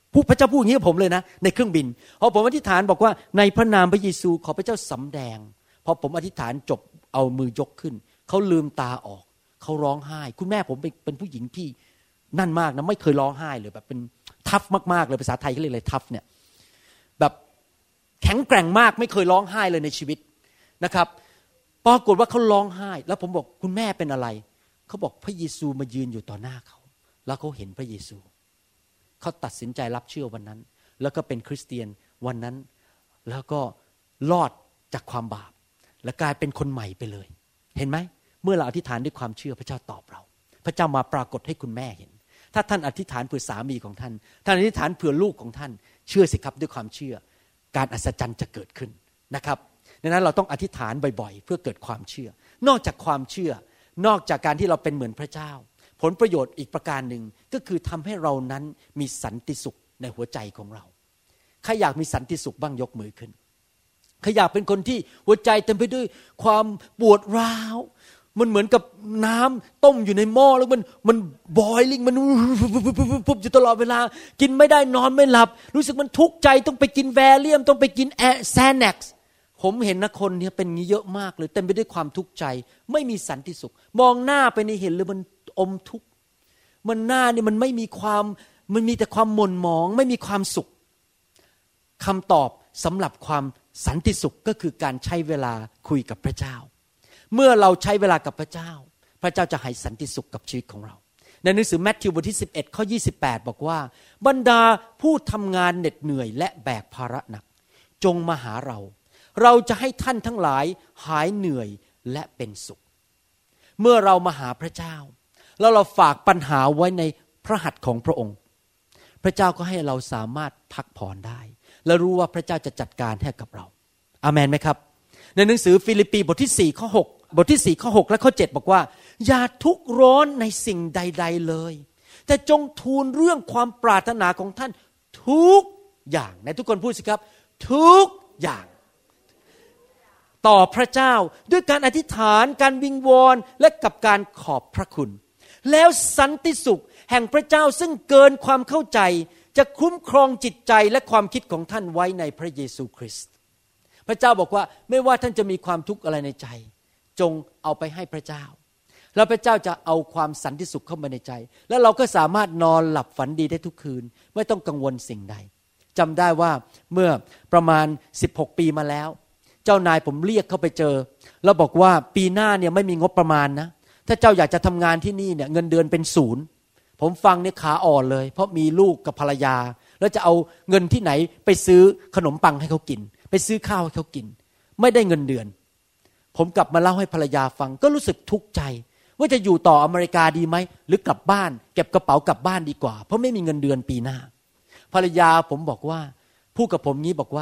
S2: พระเจ้าพูดอย่างนี้กับผมเลยนะในเครื่องบินพอผมอธิษฐานบอกว่าในพระนามพระเยซูขอพระเจ้าสำแดงพอผมอธิษฐานจบเอามือยกขึ้นเขาลืมตาออกเขาร้องไห้คุณแม่ผมเป็นผู้หญิงที่นั่นมากนะไม่เคยร้องไห้เลยแบบเป็นทัฟมากๆเลยภาษาไทยเขาเรียกอะไรทัฟเนี่ยแบบแข็งแกร่งมากไม่เคยร้องไห้เลยในชีวิตนะครับปรากฏว่าเขาร้องไห้แล้วผมบอกคุณแม่เป็นอะไรเขาบอกพระเยซูมายืนอยู่ต่อหน้าเขาแล้วเขาเห็นพระเยซูเขาตัดสินใจรับเชื่อวันนั้นแล้วก็เป็นคริสเตียนวันนั้นแล้วก็รอดจากความบาปและกลายเป็นคนใหม่ไปเลยเห็นไหมเมื่อเราอธิษฐานด้วยความเชื่อพระเจ้าตอบเราพระเจ้ามาปรากฏให้คุณแม่เห็นถ้าท่านอธิษฐานเผื่อสามีของท่านท่านอธิษฐานเผื่อลูกของท่านเชื่อสิครับด้วยความเชื่อการอัศจรรย์จะเกิดขึ้นนะครับดังนั้นเราต้องอธิษฐานบ่อยๆเพื่อเกิดความเชื่อนอกจากความเชื่อนอกจากการที่เราเป็นเหมือนพระเจ้าผลประโยชน์อีกประการหนึ่งก็คือทำให้เรานั้นมีสันติสุขในหัวใจของเราใครอยากมีสันติสุขบ้างยกมือขึ้นใครอยากเป็นคนที่หัวใจเต็มไปด้วยความปวดร้าวมันเหมือนกับน้ำต้มอยู่ในหม้อแล้วมันบอยลิ่งมันปุ๊บอยู่ตลอดเวลากินไม่ได้นอนไม่หลับรู้สึกมันทุกข์ใจต้องไปกินแวเลียมต้องไปกินแซนแน็กซ์ผมเห็นนะคนนี้เป็นงี้เยอะมากเลยเต็มไปด้วยความทุกข์ใจไม่มีสันติสุขมองหน้าไปในเห็นเลยมันอมทุกข์มันหน้านี่มันไม่มีความมันมีแต่ความหม่นหมองไม่มีความสุขคำตอบสำหรับความสันติสุขก็คือการใช้เวลาคุยกับพระเจ้าเมื่อเราใช้เวลากับพระเจ้าพระเจ้าจะให้สันติสุขกับชีวิตของเราในหนังสือมัทธิวบทที่11ข้อ28บอกว่าบรรดาผู้ทำงานเหน็ดเหนื่อยและแบกภาระหนักจงมาหาเราจะให้ท่านทั้งหลายหายเหนื่อยและเป็นสุขเมื่อเรามาหาพระเจ้าแล้วเราฝากปัญหาไว้ในพระหัตถ์ของพระองค์พระเจ้าก็ให้เราสามารถพักผ่อนได้และรู้ว่าพระเจ้าจะจัดการให้กับเราอาเมนไหมครับในหนังสือฟิลิปปีบทที่4ข้อ6บทที่4ข้อ6และข้อ7บอกว่าอย่าทุกข์ร้อนในสิ่งใดๆเลยแต่จงทูลเรื่องความปรารถนาของท่านทุกอย่างในทุกคนพูดสิครับทุกอย่างต่อพระเจ้าด้วยการอธิษฐานการวิงวอนและกับการขอบพระคุณแล้วสันติสุขแห่งพระเจ้าซึ่งเกินความเข้าใจจะคุ้มครองจิตใจและความคิดของท่านไว้ในพระเยซูคริสต์พระเจ้าบอกว่าไม่ว่าท่านจะมีความทุกข์อะไรในใจจงเอาไปให้พระเจ้าแล้วพระเจ้าจะเอาความสันติสุขเข้ามาในใจแล้วเราก็สามารถนอนหลับฝันดีได้ทุกคืนไม่ต้องกังวลสิ่งใดจำได้ว่าเมื่อประมาณ16ปีมาแล้วเจ้านายผมเรียกเข้าไปเจอแล้วบอกว่าปีหน้าเนี่ยไม่มีงบประมาณนะถ้าเจ้าอยากจะทำงานที่นี่เนี่ยเงินเดือนเป็นศูนย์ผมฟังเนี่ยขาอ่อนเลยเพราะมีลูกกับภรรยาแล้วจะเอาเงินที่ไหนไปซื้อขนมปังให้เขากินไปซื้อข้าวให้เขากินไม่ได้เงินเดือนผมกลับมาเล่าให้ภรรยาฟังก็รู้สึกทุกข์ใจว่าจะอยู่ต่ออเมริกาดีไหมหรือกลับบ้านเก็บกระเป๋ากลับบ้านดีกว่าเพราะไม่มีเงินเดือนปีหน้าภรรยาผมบอกว่าพูดกับผมงี้บอกว่า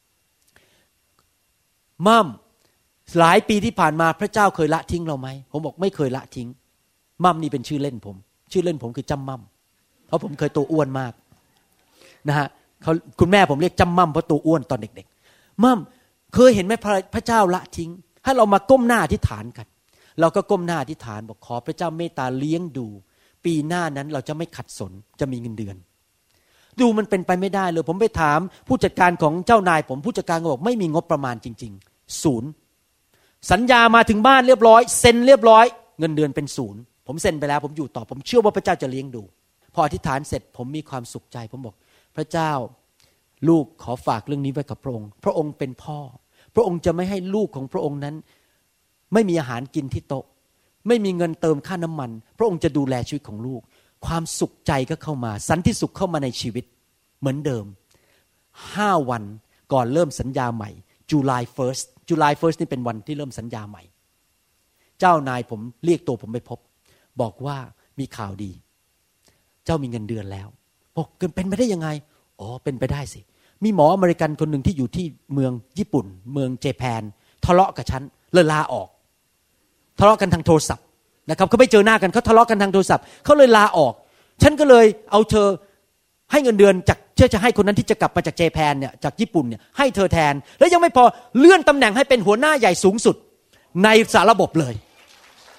S2: มั่มหลายปีที่ผ่านมาพระเจ้าเคยละทิ้งเราไหมผมบอกไม่เคยละทิ้งมั่มนี่เป็นชื่อเล่นผมชื่อเล่นผมคือจำมั่มเพราะผมเคยตัวอ้วนมากนะฮะคุณแม่ผมเรียกจำมั่มเพราะตัวอ้วนตอนเด็กๆมั่มเคยเห็นไหมพระเจ้าละทิ้งให้เรามาก้มหน้าอธิษฐานกันเราก็ก้มหน้าอธิษฐานบอกขอพระเจ้าเมตตาเลี้ยงดูปีหน้านั้นเราจะไม่ขัดสนจะมีเงินเดือนดูมันเป็นไปไม่ได้เลยผมไปถามผู้จัดการของเจ้านายผมผู้จัดการก็บอกไม่มีงบประมาณจริงๆศูนย์สัญญามาถึงบ้านเรียบร้อยเซ็นเรียบร้อยเงินเดือนเป็นศูนย์ผมเซ็นไปแล้วผมอยู่ต่อผมเชื่อว่าพระเจ้าจะเลี้ยงดูพออธิษฐานเสร็จผมมีความสุขใจผมบอกพระเจ้าลูกขอฝากเรื่องนี้ไว้กับพระองค์พระองค์เป็นพ่อพระองค์จะไม่ให้ลูกของพระองค์นั้นไม่มีอาหารกินที่โต๊ะไม่มีเงินเติมค่าน้ำมันพระองค์จะดูแลชีวิตของลูกความสุขใจก็เข้ามาสันติสุขเข้ามาในชีวิตเหมือนเดิม5 วันก่อนเริ่มสัญญาใหม่ July 1 นี่เป็นวันที่เริ่มสัญญาใหม่เจ้านายผมเรียกตัวผมไปพบบอกว่ามีข่าวดีเจ้ามีเงินเดือนแล้วบอกเป็นไปได้ยังไงอ๋อเป็นไปได้สิมีหมออเมริกันคนหนึ่งที่อยู่ที่เมืองญี่ปุ่นเมืองเจแปนทะเลาะกับฉันเลยลาออกทะเลาะกันทางโทรศัพท์นะครับเขาไม่เจอหน้ากันเขาทะเลาะกันทางโทรศัพท์เขาเลยลาออกฉันก็เลยเอาเธอให้เงินเดือนจากจะให้คนนั้นที่จะกลับมาจากเจแปนเนี่ยจากญี่ปุ่นเนี่ยให้เธอแทนแล้วยังไม่พอเลื่อนตำแหน่งให้เป็นหัวหน้าใหญ่สูงสุดในสารระบบเลย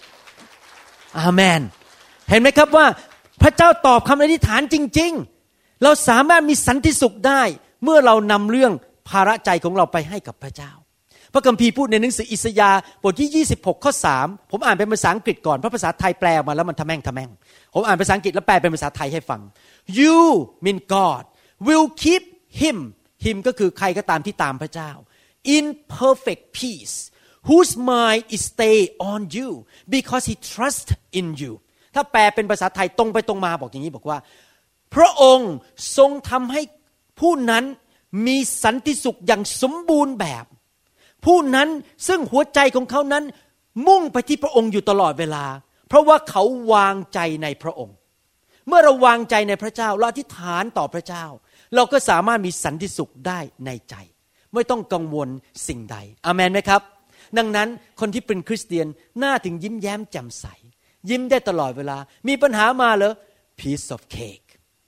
S2: อาเมนเห็นไหมครับว่าพระเจ้าตอบคำอธิษฐานจริงๆเราสามารถมีสันติสุขได้เมื่อเรานำเรื่องภาระใจของเราไปให้กับพระเจ้าพระคัมภีร์พูดในหนังสืออิสยาห์บทที่26ข้อ3ผมอ่านเป็นภาษาอังกฤษก่อนเพราะภาษาไทยแปลออกมาแล้วมันทะแม่งผมอ่านภาษาอังกฤษแล้วแปลเป็นภาษาไทยให้ฟัง You mean God will keep him ก็คือใครก็ตามที่ตามพระเจ้า in perfect peace whose mind is stay on you because he trusts in you ถ้าแปลเป็นภาษาไทยตรงไปตรงมาบอกอย่างนี้บอกว่าพระองค์ทรงทำให้ผู้นั้นมีสันติสุขอย่างสมบูรณ์แบบผู้นั้นซึ่งหัวใจของเขานั้นมุ่งไปที่พระองค์อยู่ตลอดเวลาเพราะว่าเขาวางใจในพระองค์เมื่อเราวางใจในพระเจ้าเราอธิษฐานต่อพระเจ้าเราก็สามารถมีสันติสุขได้ในใจไม่ต้องกังวลสิ่งใดอาเมนไหมครับดังนั้นคนที่เป็นคริสเตียนน่าถึงยิ้มแย้มแจ่มใสยิ้มได้ตลอดเวลามีปัญหามาเหรอ piece of cake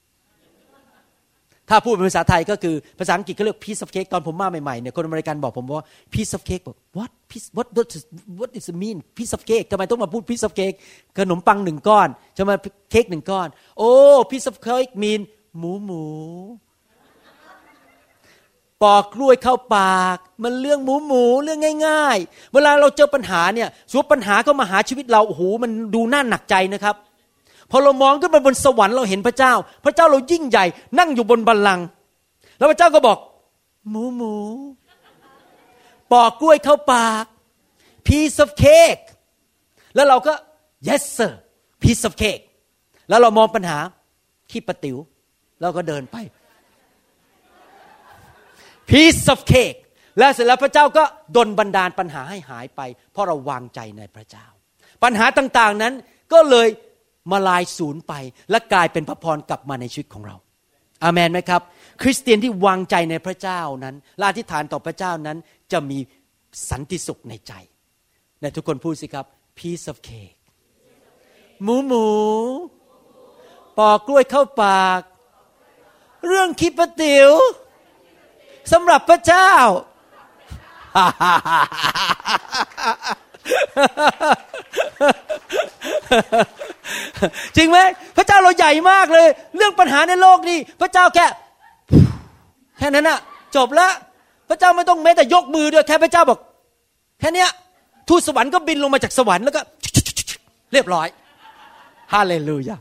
S2: ถ้าพูดเป็นภาษาไทยก็คือภาษาอังกฤษก็เรียก piece of cake ตอนผมมาใหม่ๆเนี่ยคนอเมริกันบอกผมว่า piece of cake บอก what does it mean piece of cake ทำไมต้องมาพูด piece of cake ขนมปัง1ก้อนจะมาเค้ก1ก้อนโอ้ piece of cake mean หมูปอกกล้วยเข้าปากมันเรื่องหมูเรื่องง่ายๆเวลาเราเจอปัญหาเนี่ยสมมุติปัญหาเข้ามาหาชีวิตเราโอ้โหมันดูน่าหนักใจนะครับพอเรามองขึ้นไปบนสวรรค์เราเห็นพระเจ้าเรายิ่งใหญ่นั่งอยู่บนบัลลังก์แล้วพระเจ้าก็บอกหมูปอกกล้วยเข้าปาก piece of cake แล้วเราก็ yes sir piece of cake แล้วเรามองปัญหาขี้ปะติ๋วเราก็เดินไป piece of cake แล้วเสร็จแล้วพระเจ้าก็ดลบันดาลปัญหาให้หายไปเพราะเราวางใจในพระเจ้าปัญหาต่างๆนั้นก็เลยมาลายสูญไปและกลายเป็นพระพรกลับมาในชีวิตของเราอาเมนไหมครับคริสเตียนที่วางใจในพระเจ้านั้นและอธิษฐานต่อพระเจ้านั้นจะมีสันติสุขในใจในทุกคนพูดสิครับ piece of cake หมูปอกกล้วยเข้าปากเรื่องคิดปะติ๋วสำหรับพระเจ้า จริงไหมพระเจ้าเราใหญ่มากเลยเรื่องปัญหาในโลกนี้พระเจ้าแค่นั้นน่ะจบแล้วพระเจ้าไม่ต้องแม้แต่ยกมือด้วยแค่พระเจ้าบอกแค่เนี้ยทูตสวรรค์ก็บินลงมาจากสวรรค์แล้วก็เรียบร้อยฮาเลลูยา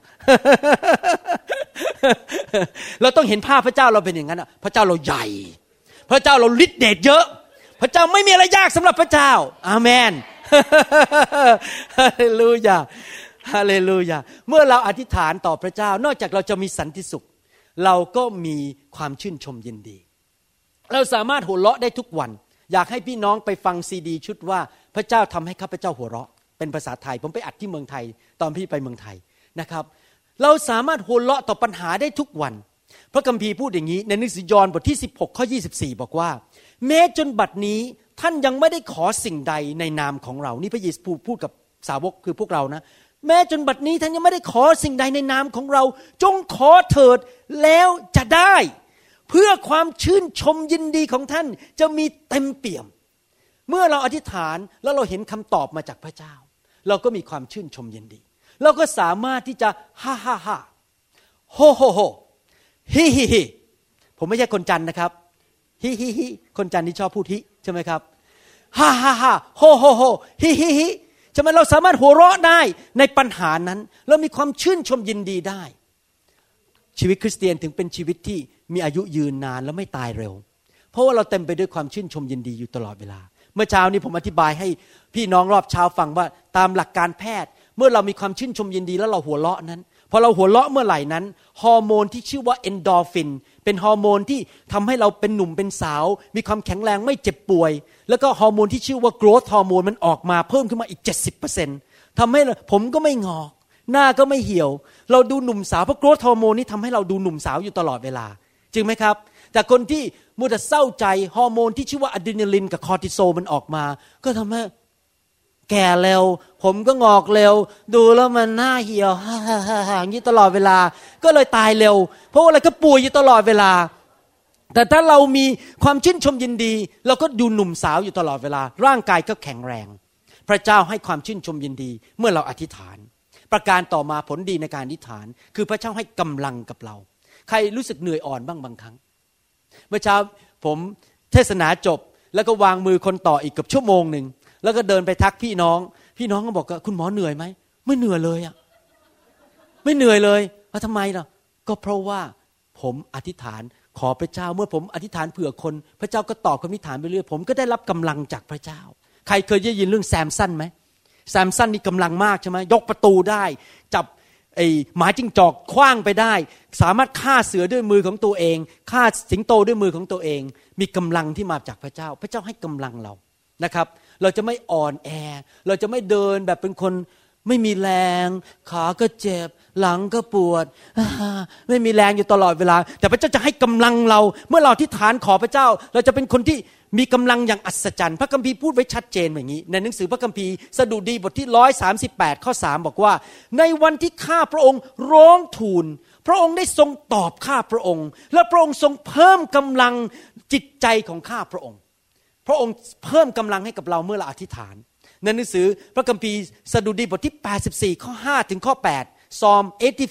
S2: เราต้องเห็นภาพพระเจ้าเราเป็นอย่างนั้นพระเจ้าเราใหญ่พระเจ้าเราฤทธิ์เดชเยอะพระเจ้าไม่มีอะไรยากสำหรับพระเจ้าอาเมน ฮาเลลูยาฮาเลลูยาเมื่อเราอธิษฐานต่อพระเจ้านอกจากเราจะมีสันติสุขเราก็มีความชื่นชมยินดีเราสามารถหัวเราะได้ทุกวันอยากให้พี่น้องไปฟังซีดีชุดว่าพระเจ้าทำให้ข้าพเจ้าหัวเราะเป็นภาษาไทยผมไปอัดที่เมืองไทยตอนพี่ไปเมืองไทยนะครับเราสามารถหัวเราะต่อปัญหาได้ทุกวันพระคัมภีร์พูดอย่างนี้ในหนังสือยอห์นบทที่16ข้อ24บอกว่าแม้จนบัดนี้ท่านยังไม่ได้ขอสิ่งใดในนามของเรานี่พระเยซูพูดกับสาวกคือพวกเรานะแม้จนบัดนี้ท่านยังไม่ได้ขอสิ่งใดในนามของเราจงขอเถิดแล้วจะได้เพื่อความชื่นชมยินดีของท่านจะมีเต็มเปี่ยมเมื่อเราอธิษฐานแล้วเราเห็นคำตอบมาจากพระเจ้าเราก็มีความชื่นชมยินดีเราก็สามารถที่จะฮ่าฮ่าฮ่าโฮโฮโฮฮิฮิฮิผมไม่ใช่คนจันทร์นะครับฮิฮิฮิคนจันทร์ที่ชอบพูดฮิใช่ไหมครับฮ่าฮ่าฮ่าโฮโฮโฮฮิฮิฮิใช่ไหมเราสามารถหัวเราะได้ในปัญหานั้นเรามีความชื่นชมยินดีได้ชีวิตคริสเตียนถึงเป็นชีวิตที่มีอายุยืนนานและไม่ตายเร็วเพราะว่าเราเต็มไปด้วยความชื่นชมยินดีอยู่ตลอดเวลาเมื่อเช้านี้ผมอธิบายให้พี่น้องรอบเช้าฟังว่าตามหลักการแพทย์เมื่อเรามีความชื่นชมยินดีแล้วเราหัวเราะนั้นพอเราหัวเราะเมื่อไหร่นั้นฮอร์โมนที่ชื่อว่าเอนโดรฟินเป็นฮอร์โมนที่ทำให้เราเป็นหนุ่มเป็นสาวมีความแข็งแรงไม่เจ็บป่วยแล้วก็ฮอร์โมนที่ชื่อว่าโกรทฮอร์โมนมันออกมาเพิ่มขึ้นมาอีก 70% ทำให้ผมก็ไม่งอกหน้าก็ไม่เหี่ยวเราดูหนุ่มสาวเพราะโกรทฮอร์โมนนี่ทำให้เราดูหนุ่มสาวอยู่ตลอดเวลาจริงไหมครับแต่คนที่มัวแต่เศร้าใจฮอร์โมนที่ชื่อว่าอะดรีนาลินกับคอร์ติโซลมันออกมาก็ทำให้แก่เร็วผมก็งอกเร็วดูแล้วมันหน้าเหี่ยวอย่างนี้ตลอดเวลาก็เลยตายเร็วเพราะว่าอะไรก็ป่วยอยู่ตลอดเวลาแต่ถ้าเรามีความชื่นชมยินดีเราก็ดูหนุ่มสาวอยู่ตลอดเวลาร่างกายก็แข็งแรงพระเจ้าให้ความชื่นชมยินดีเมื่อเราอธิษฐานประการต่อมาผลดีในการอธิษฐานคือพระเจ้าให้กำลังกับเราใครรู้สึกเหนื่อยอ่อนบ้างบางครั้งเมื่อเช้าผมเทศนาจบแล้วก็วางมือคนต่ออีกเกือบชั่วโมงนึงแล้วก็เดินไปทักพี่น้องก็บอกว่าคุณหมอเหนื่อยไหมไม่เหนื่อยเลยอ่ะไม่เหนื่อยเลยทำไมล่ะก็เพราะว่าผมอธิษฐานขอพระเจ้าเมื่อผมอธิษฐานเผื่อคนพระเจ้าก็ตอบคำอธิษฐานไปเรื่อยผมก็ได้รับกำลังจากพระเจ้าใครเคยได้ยินเรื่องแซมสันไหมแซมสันนี่กำลังมากใช่ไหมยกประตูได้จับหมาจิ้งจอกขว้างไปได้สามารถฆ่าเสือด้วยมือของตัวเองฆ่าสิงโตด้วยมือของตัวเองมีกำลังที่มาจากพระเจ้าพระเจ้าให้กำลังเรานะครับเราจะไม่อ่อนแอเราจะไม่เดินแบบเป็นคนไม่มีแรงขาก็เจ็บหลังก็ปวดไม่มีแรงอยู่ตลอดเวลาแต่พระเจ้าจะให้กำลังเราเมื่อเราอธิษฐานขอพระเจ้าเราจะเป็นคนที่มีกำลังอย่างอัศจรรย์พระคัมภีร์พูดไว้ชัดเจนอย่างนี้ในหนังสือพระคัมภีร์สดุดีบทที่138ข้อ3บอกว่าในวันที่ข้าพระองค์ร้องทูลพระองค์ได้ทรงตอบข้าพระองค์และพระองค์ทรงเพิ่มกำลังจิตใจของข้าพระองค์พระองค์เพิ่มกำลังให้กับเราเมื่อเราอธิษฐานในหนังสือพระคัมภีร์สดุดีบทที่84ข้อ5ถึงข้อ8 Psalm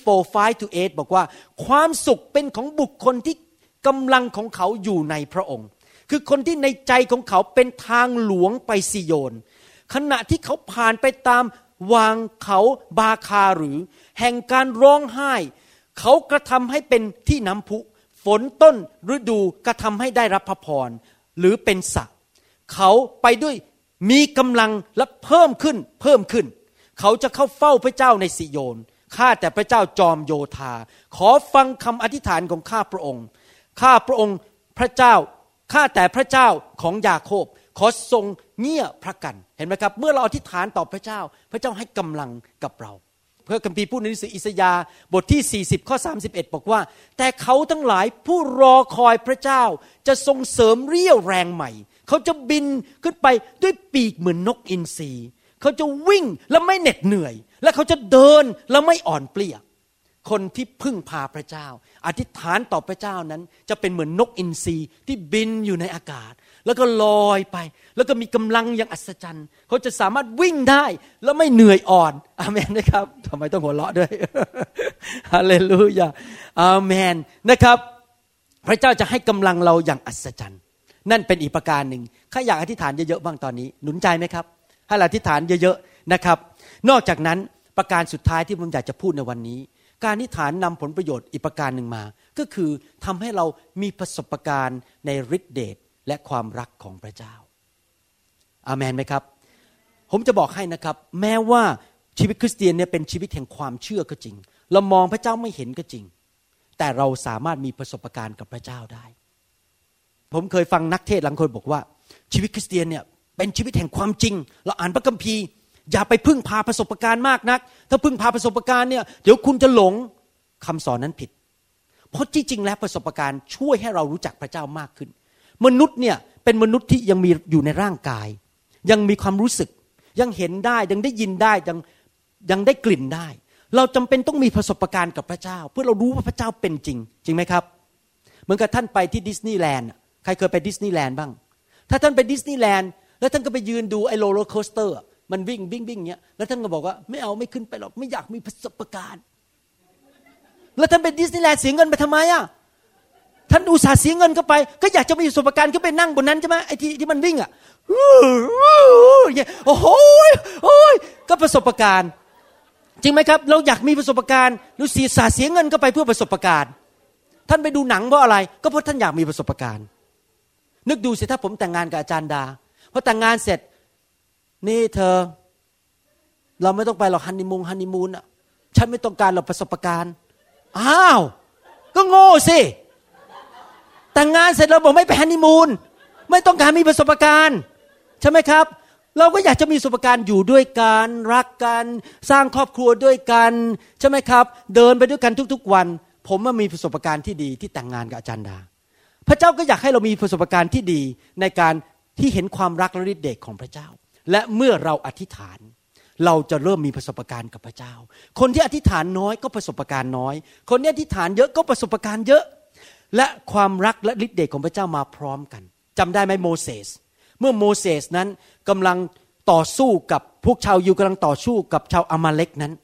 S2: 84:5-8บอกว่าความสุขเป็นของบุคคลที่กำลังของเขาอยู่ในพระองค์คือคนที่ในใจของเขาเป็นทางหลวงไปซิโยนขณะที่เขาผ่านไปตามวางเขาบาคาหรือแห่งการร้องไห้เขากระทำให้เป็นที่น้ำพุฝนต้นฤดูกระทำให้ได้รับพระพรหรือเป็นสระเขาไปด้วยมีกำลังและเพิ่มขึ้นเขาจะเข้าเฝ้าพระเจ้าในซิโยนข้าแต่พระเจ้าจอมโยธาขอฟังคำอธิษฐานของข้าพระองค์พระเจ้าข้าแต่พระเจ้าของยาโคบขอทรงเงี่ยพระกันเห็นไหมครับเมื่อเราอธิษฐานต่อพระเจ้าพระเจ้าให้กำลังกับเราพระคัมภีร์พูดในหนังสืออิสยาห์บทที่40ข้อ31บอกว่าแต่เขาทั้งหลายผู้รอคอยพระเจ้าจะทรงเสริมเรี่ยวแรงใหม่เขาจะบินขึ้นไปด้วยปีกเหมือนนกอินทรีเขาจะวิ่งและไม่เหน็ดเหนื่อยและเขาจะเดินและไม่อ่อนเปลี้ยคนที่พึ่งพาพระเจ้าอธิษฐานต่อพระเจ้านั้นจะเป็นเหมือนนกอินทรีที่บินอยู่ในอากาศแล้วก็ลอยไปแล้วก็มีกำลังอย่างอัศจรรย์เขาจะสามารถวิ่งได้แล้วไม่เหนื่อยอ่อนอาเมนนะครับทำไมต้องหัวเราะด้วย ฮาเลลูยาอาเมนนะครับพระเจ้าจะให้กำลังเราอย่างอัศจรรย์นั่นเป็นอีกประการหนึ่งข้าอยากอธิษฐานเยอะๆบ้างตอนนี้หนุนใจไหมครับให้เราอธิษฐานเยอะๆนะครับนอกจากนั้นประการสุดท้ายที่ผมอยากจะพูดในวันนี้การอธิษฐานนำผลประโยชน์อีกประการหนึ่งมาก็คือทำให้เรามีประสบการณ์ในฤทธิเดชและความรักของพระเจ้าอาเมนไหมครับผมจะบอกให้นะครับแม้ว่าชีวิตคริสเตียนเนี่ยเป็นชีวิตแห่งความเชื่อก็จริงเรามองพระเจ้าไม่เห็นก็จริงแต่เราสามารถมีประสบการณ์กับพระเจ้าได้ผมเคยฟังนักเทศน์บางคนบอกว่าชีวิตคริสเตียนเนี่ยเป็นชีวิตแห่งความจริงเราอ่านพระคัมภีร์อย่าไปพึ่งพาประสบการณ์มากนักถ้าพึ่งพาประสบการณ์เนี่ยเดี๋ยวคุณจะหลงคำสอนนั้นผิดเพราะจริงๆแล้วประสบการณ์ช่วยให้เรารู้จักพระเจ้ามากขึ้นมนุษย์เนี่ยเป็นมนุษย์ที่ยังมีอยู่ในร่างกายยังมีความรู้สึกยังเห็นได้ยังได้ยินได้ยังได้กลิ่นได้เราจำเป็นต้องมีประสบการณ์กับพระเจ้าเพื่อเรารู้ว่าพระเจ้าเป็นจริงจริงไหมครับเหมือนกับท่านไปที่ดิสนีย์แลนด์ใครเคยไปดิสนีย์แลนด์บ้างถ้าท่านไปดิสนีย์แลนด์แล้วท่านก็ไปยืนดูไอ้โรลเลอร์โคสเตอร์มันวิ่งเงี้ยแล้วท่านก็บอกว่าไม่ขึ้นไปหรอกไม่อยากมีประสบการณ์แล้วท่านไปดิสนีย์แลนด์เสียเงินไปทำไมอ่ะท่านอุตส่าห์เสียเงินเข้าไปก็อยากจะมีประสบการณ์ก็ไปนั่งบนนั้นใช่ไหมไอ้ที่มันวิ่งอ่ะโอ้โหก็ประสบการณ์จริงไหมครับเราอยากมีประสบการณ์เราเสียเงินเข้าไปเพื่อประสบการณ์ท่านไปดูหนังเพราะอะไรก็เพราะท่านอยากมีประสบการณ์นึกดูสิถ้าผมแต่งงานกับอาจารย์ดาพอแต่งงานเสร็จนี่เธอเราไม่ต้องไปหรอกฮันนีมูนอ่ะฉันไม่ต้องการหรอกประสบการณ์อ้าวก็โง่สิแต่งงานเสร็จเราบอกไม่ไปฮันนีมูนไม่ต้องการมีประสบการณ์ใช่ไหมครับเราก็อยากจะมีประสบการณ์อยู่ด้วยกันรักกันสร้างครอบครัวด้วยกันใช่ไหมครับเดินไปด้วยกันทุกๆวันผมว่ามีประสบการณ์ที่ดีที่แต่งงานกับอาจารย์ดาพระเจ้าก็อยากให้เรามีประสบการณ์ที่ดีในการที่เห็นความรักและฤทธิ์เดชของพระเจ้าและเมื่อเราอธิษฐานเราจะเริ่มมีประสบการณ์กับพระเจ้าคนที่อธิษฐานน้อยก็ประสบการณ์น้อยคนที่อธิษฐานเยอะก็ประสบการณ์เยอะและความรักและฤทธิ์เดชของพระเจ้ามาพร้อมกันจำได้ไหมโมเสสเมื่อโมเสสนั้นกำลังต่อสู้กับพวกชาวยิวกำลังต่อสู้กับชาวอามาเลกนั้น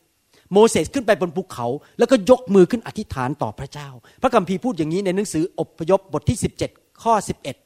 S2: โมเสสขึ้นไปบนภูเขาแล้วก็ยกมือขึ้นอธิษฐานต่อพระเจ้าพระคัมภีร์พูดอย่างนี้ในหนังสืออพยพบทที่17ข้อ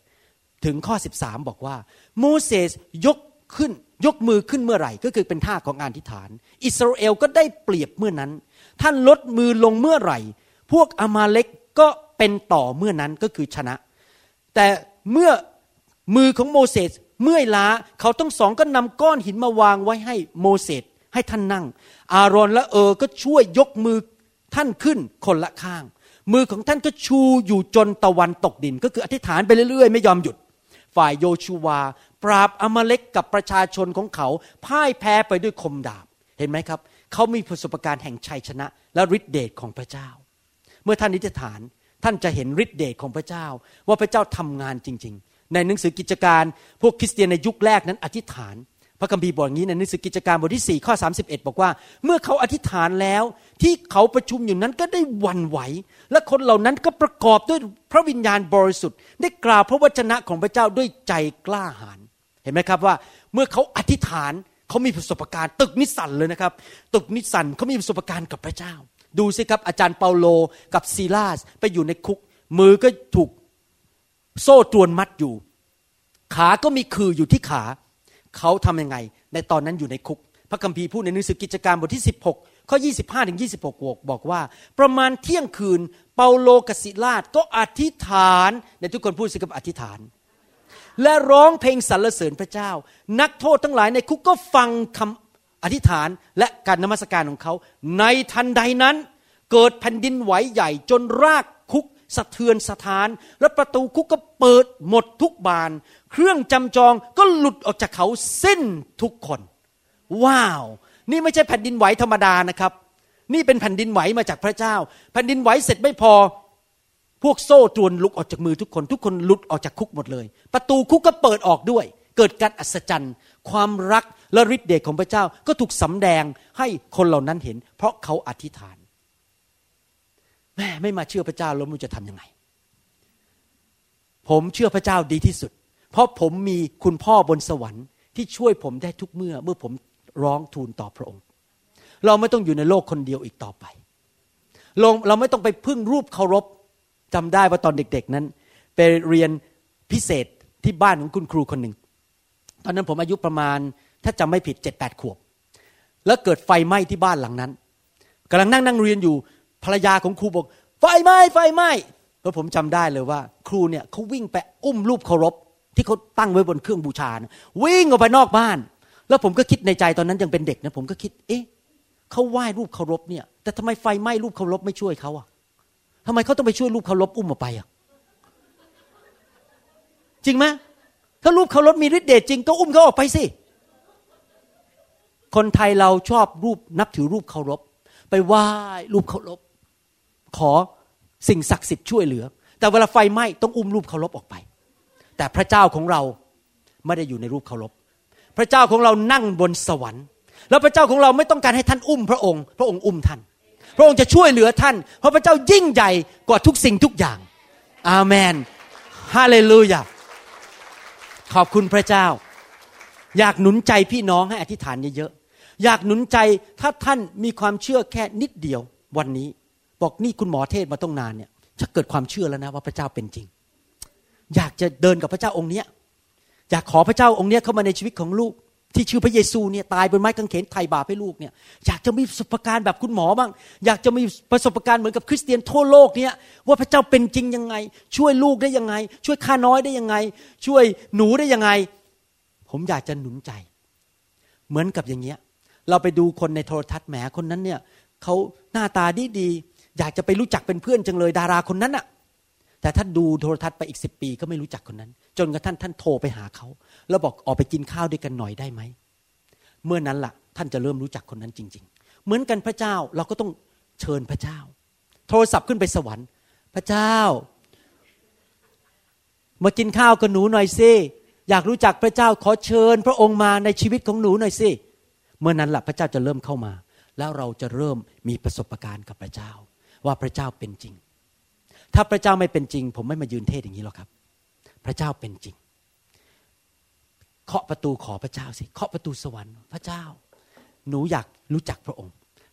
S2: 11ถึงข้อ13บอกว่าโมเสสยกมือขึ้นเมื่อไหร่ก็คือเป็นท่าของการอธิษฐานอิสราเอลก็ได้เปรียบเมื่อนั้นท่านลดมือลงเมื่อไหร่พวกอามาเลกก็เป็นต่อเมื่อนั้นก็คือชนะแต่เมื่อมือของโมเสสเมื่อยล้าเขาทั้งสองก็นำก้อนหินมาวางไว้ให้โมเสสให้ท่านนั่งอารอนและก็ช่วยยกมือท่านขึ้นคนละข้างมือของท่านก็ชูอยู่จนตะวันตกดินก็คืออธิษฐานไปเรื่อยๆไม่ยอมหยุดฝ่ายโยชูวาปราบอามาเลกกับประชาชนของเขาพ่ายแพ้ไปด้วยคมดาบเห็นไหมครับเขามีประสบการณ์แห่งชัยชนะและฤทธิเดชของพระเจ้าเมื่อท่านอธิษฐานท่านจะเห็นฤทธิเดชของพระเจ้าว่าพระเจ้าทำงานจริงๆในหนังสือกิจการพวกคริสเตียนในยุคแรกนั้นอธิษฐานพระคัมภีร์บอกอย่างนี้ในหนังสือกิจการบทที่4ข้อ31บอกว่าเมื่อเขาอธิษฐานแล้วที่เขาประชุมอยู่นั้นก็ได้หวั่นไหวและคนเหล่านั้นก็ประกอบด้วยพระวิญญาณบริสุทธิ์ได้กล่าวพระวจนะของพระเจ้าด้วยใจกล้าหาญเห็นไหมครับว่าเมื่อเขาอธิษฐานเขามีประสบการณ์ตึกนิสันเลยนะครับตึกนิสันเขามีประสบการณ์กับพระเจ้าดูสิครับอาจารย์เปาโลกับซีลาสไปอยู่ในคุกมือก็ถูกโซ่ตรวนมัดอยู่ขาก็มีคืออยู่ที่ขาเขาทำยังไงในตอนนั้นอยู่ในคุกพระคัมภีร์พูดในหนังสือกิจการบทที่16ข้อ25ถึง26บอกว่าประมาณเที่ยงคืนเปาโลกับซิลาสก็อธิษฐานในทุกคนพูดสิครับอธิษฐานและร้องเพลงสรรเสริญพระเจ้านักโทษทั้งหลายในคุกก็ฟังคำอธิษฐานและการนมัสการของเขาในทันใดนั้นเกิดแผ่นดินไหวใหญ่จนรากคุกสะเทือนสะท้านและประตูคุกก็เปิดหมดทุกบานเครื่องจำจองก็หลุดออกจากเขาสิ้นทุกคนว้าวนี่ไม่ใช่แผ่นดินไหวธรรมดานะครับนี่เป็นแผ่นดินไหวมาจากพระเจ้าแผ่นดินไหวเสร็จไม่พอพวกโซ่ตรวนหลุดออกจากมือทุกคนหลุดออกจากคุกหมดเลยประตูคุกก็เปิดออกด้วยเกิดการอัศจรรย์ความรักและฤทธิ์เดชของพระเจ้าก็ถูกสำแดงให้คนเหล่านั้นเห็นเพราะเขาอธิษฐานแม่ไม่มาเชื่อพระเจ้าแล้วมันจะทำยังไงผมเชื่อพระเจ้าดีที่สุดเพราะผมมีคุณพ่อบนสวรรค์ที่ช่วยผมได้ทุกเมื่อผมร้องทูลต่อพระองค์เราไม่ต้องอยู่ในโลกคนเดียวอีกต่อไปเราไม่ต้องไปพึ่งรูปเคารพจำได้ว่าตอนเด็กๆนั้นไปเรียนพิเศษที่บ้านของคุณครูคนหนึ่งตอนนั้นผมอายุประมาณถ้าจำไม่ผิด 7-8 ขวบแล้วเกิดไฟไหม้ที่บ้านหลังนั้นกำลังนั่งเรียนอยู่ภรรยาของครูบอกไฟไหม้แล้วผมจำได้เลยว่าครูเนี่ยเขาวิ่งไปอุ้มรูปเคารพที่เขาตั้งไว้บนเครื่องบูชานะวิ่งออกไปนอกบ้านแล้วผมก็คิดในใจตอนนั้นยังเป็นเด็กนะผมก็คิดเขาไหว้รูปเคารพเนี่ยแต่ทำไมไฟไหม้รูปเคารพไม่ช่วยเขาอ่ะทำไมเขาต้องไปช่วยรูปเคารพอุ้มออกไปอ่ะจริงไหมถ้ารูปเคารพมีฤทธิ์เดชจริงก็อุ้มเขาออกไปสิคนไทยเราชอบรูปนับถือรูปเคารพไปไหว้รูปเคารพขอสิ่งศักดิ์สิทธิ์ช่วยเหลือแต่เวลาไฟไหม้ต้องอุ้มรูปเคารพออกไปแต่พระเจ้าของเราไม่ได้อยู่ในรูปเคารพพระเจ้าของเรานั่งบนสวรรค์แล้วพระเจ้าของเราไม่ต้องการให้ท่านอุ้มพระองค์อุ้มท่านพระองค์จะช่วยเหลือท่านเพราะพระเจ้ายิ่งใหญ่กว่าทุกสิ่งทุกอย่างอาเมนฮาเลลูยาขอบคุณพระเจ้าอยากหนุนใจพี่น้องให้อธิษฐานเยอะๆอยากหนุนใจถ้าท่านมีความเชื่อแค่นิดเดียววันนี้บอกนี่คุณหมอเทศมาต้องนานเนี่ยจะเกิดความเชื่อแล้วนะว่าพระเจ้าเป็นจริงอยากจะเดินกับพระเจ้าองค์เนี้ยอยากขอพระเจ้าองค์เนี้ยเข้ามาในชีวิตของลูกที่ชื่อพระเยซูเนี่ยตายบนไม้กางเขนไถ่บาปให้ลูกเนี่ยอยากจะมีประสบการณ์แบบคุณหมอบ้างอยากจะมีประสบการณ์เหมือนกับคริสเตียนทั่วโลกเนี่ยว่าพระเจ้าเป็นจริงยังไงช่วยลูกได้ยังไงช่วยข้าน้อยได้ยังไงช่วยหนูได้ยังไงผมอยากจะหนุนใจเหมือนกับอย่างเงี้ยเราไปดูคนในโทรทัศน์แหมคนนั้นเนี่ยเขาหน้าตาดีอยากจะไปรู้จักเป็นเพื่อนจังเลยดาราคนนั้นน่ะแต่ถ้าดูโทรทัศน์ไปอีก10 ปีก็ไม่รู้จักคนนั้นจนกระทั่งท่านโทรไปหาเขาแล้วบอกออกไปกินข้าวด้วยกันหน่อยได้ไหมเมื่อนั้นล่ะท่านจะเริ่มรู้จักคนนั้นจริงๆเหมือนกันพระเจ้าเราก็ต้องเชิญพระเจ้าโทรศัพท์ขึ้นไปสวรรค์พระเจ้ามากินข้าวกับหนูหน่อยสิอยากรู้จักพระเจ้าขอเชิญพระองค์มาในชีวิตของหนูหน่อยสิเมื่อนั้นล่ะพระเจ้าจะเริ่มเข้ามาแล้วเราจะเริ่มมีประสบการณ์กับพระเจ้าว่าพระเจ้าเป็นจริงถ้าพระเจ้าไม่เป็นจริงผมไม่มายืนเทศอย่างนี้หรอกครับพระเจ้าเป็นจริงเคาะประตูขอพระเจ้าสิเคาะประตูสวรรค์พระเจ้าหนูอยากรู้จักพระองค์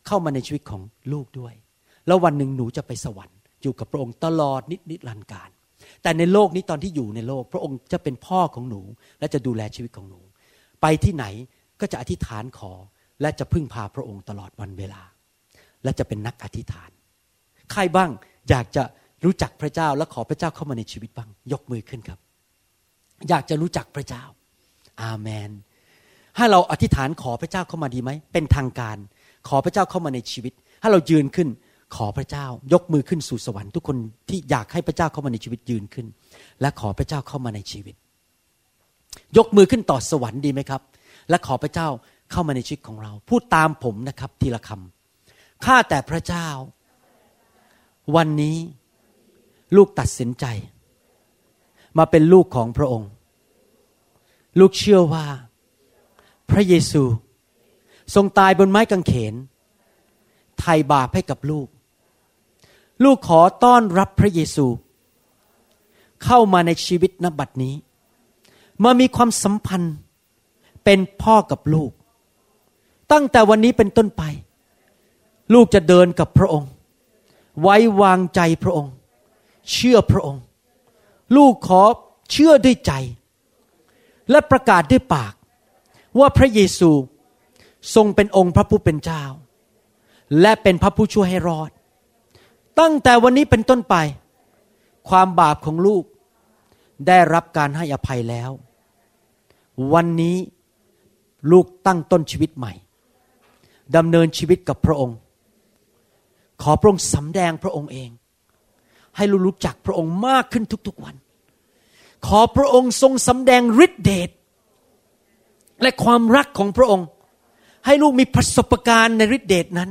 S2: เข้ามาในชีวิตของลูกด้วยแล้ววันหนึ่งหนูจะไปสวรรค์อยู่กับพระองค์ตลอดนิรันดร์กาลแต่ในโลกนี้ตอนที่อยู่ในโลกพระองค์จะเป็นพ่อของหนูและจะดูแลชีวิตของหนูไปที่ไหนก็จะอธิษฐานขอและจะพึ่งพาพระองค์ตลอดวันเวลาและจะเป็นนักอธิษฐานใครบ้างอยากจะรู้จักพระเจ้าและขอพระเจ้าเข้ามาในชีวิตบ้างยกมือขึ้นครับอยากจะรู้จักพระเจ้าอาเมนให้เราอธิษฐานขอพระเจ้าเข้ามาดีไหมเป็นทางการขอพระเจ้าเข้ามาในชีวิตให้เรายืนขึ้นขอพระเจ้ายกมือขึ้นสู่สวรรค์ทุกคนที่อยากให้พระเจ้าเข้ามาในชีวิตยืนขึ้นและขอพระเจ้าเข้ามาในชีวิตยกมือขึ้นต่อสวรรค์ดีไหมครับและขอพระเจ้าเข้ามาในชีวิตของเราพูดตามผมนะครับทีละคำข้าแต่พระเจ้าวันนี้ลูกตัดสินใจมาเป็นลูกของพระองค์ลูกเชื่อว่าพระเยซูทรงตายบนไม้กางเขนไถ่บาปให้กับลูกลูกขอต้อนรับพระเยซูเข้ามาในชีวิตณบัดนี้มามีความสัมพันธ์เป็นพ่อกับลูกตั้งแต่วันนี้เป็นต้นไปลูกจะเดินกับพระองค์ไว้วางใจพระองค์เชื่อพระองค์ลูกขอเชื่อด้วยใจและประกาศด้วยปากว่าพระเยซูทรงเป็นองค์พระผู้เป็นเจ้าและเป็นพระผู้ช่วยให้รอดตั้งแต่วันนี้เป็นต้นไปความบาปของลูกได้รับการให้อภัยแล้ววันนี้ลูกตั้งต้นชีวิตใหม่ดำเนินชีวิตกับพระองค์ขอพระองค์สำแดงพระองค์เองให้ลูกรู้จักพระองค์มากขึ้นทุกๆวันขอพระองค์ทรงสำแดงฤทธิเดชและความรักของพระองค์ให้ลูกมีประสบการณ์ในฤทธิเดชนั้น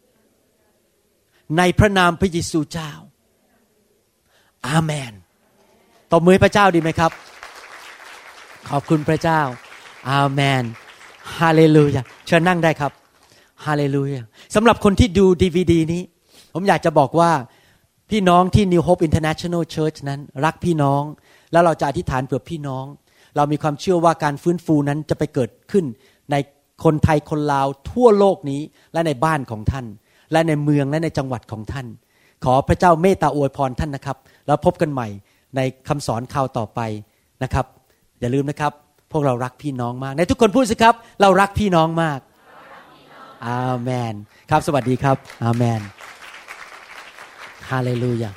S2: ในพระนามพระเยซูเจ้าอาเมนตบมือให้พระเจ้าดีไหมครับขอบคุณพระเจ้าอาเมนฮาเลลูยาเชิญนั่งได้ครับฮาเลลูยาสำหรับคนที่ดู DVD นี้ผมอยากจะบอกว่าพี่น้องที่ New Hope International Church นั้นรักพี่น้องแล้วเราจะอธิษฐานเพื่อพี่น้องเรามีความเชื่อว่าการฟื้นฟูนั้นจะไปเกิดขึ้นในคนไทยคนลาวทั่วโลกนี้และในบ้านของท่านและในเมืองและในจังหวัดของท่านขอพระเจ้าเมตตาอวยพรท่านนะครับแล้วพบกันใหม่ในคำสอนคราวต่อไปนะครับอย่าลืมนะครับพวกเรารักพี่น้องมากในทุกคนพูดสิครับเรารักพี่น้องมากอาเมนครับสวัสดีครับอาเมนฮาเลลูยา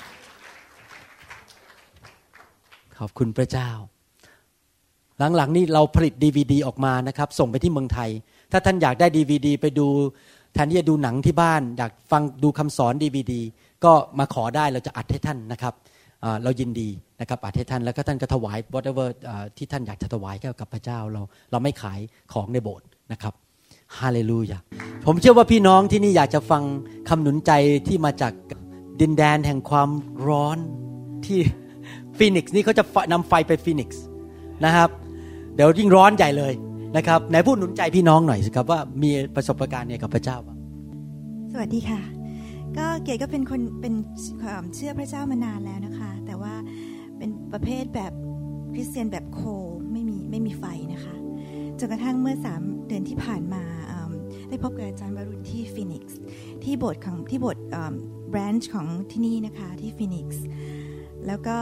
S2: ขอบคุณพระเจ้าหลังๆนี่เราผลิต DVD ออกมานะครับส่งไปที่เมืองไทยถ้าท่านอยากได้ DVD ไปดูแทนที่จะดูหนังที่บ้านอยากฟังดูคำสอน DVD ก็มาขอได้เราจะอัดให้ท่านนะครับเรายินดีนะครับอัดให้ท่านแล้วก็ท่านก็ถวาย whatever ที่ท่านอยากจะถวายกับพระเจ้าเราไม่ขายของในโบสถ์นะครับฮาเลลูยาผมเชื่อว่าพี่น้องที่นี่อยากจะฟังคำหนุนใจที่มาจากดินแดนแห่งความร้อนที่ฟีนิกซ์นี่เขาจะนำไฟไปฟีนิกซ์นะครับเดี๋ยวยิ่งร้อนใหญ่เลยนะครับไหนพูดหนุนใจพี่น้องหน่อยสิครับว่ามีประสบการณ์เนี่ยกับพระเจ้าบ้าง
S3: สวัสดีค่ะก็เก๋ก็เป็นคนเป็นเชื่อพระเจ้ามานานแล้วนะคะแต่ว่าเป็นประเภทแบบคริสเตียนแบบโคไม่มีไฟนะคะจนกระทั่งเมื่อ3 เดือนที่ผ่านมาได้พบกับอาจารย์วรุณที่ฟีนิกซ์ที่โบสถ์แบรนช์ของที่นี่นะคะที่ฟีนิกซ์แล้วก็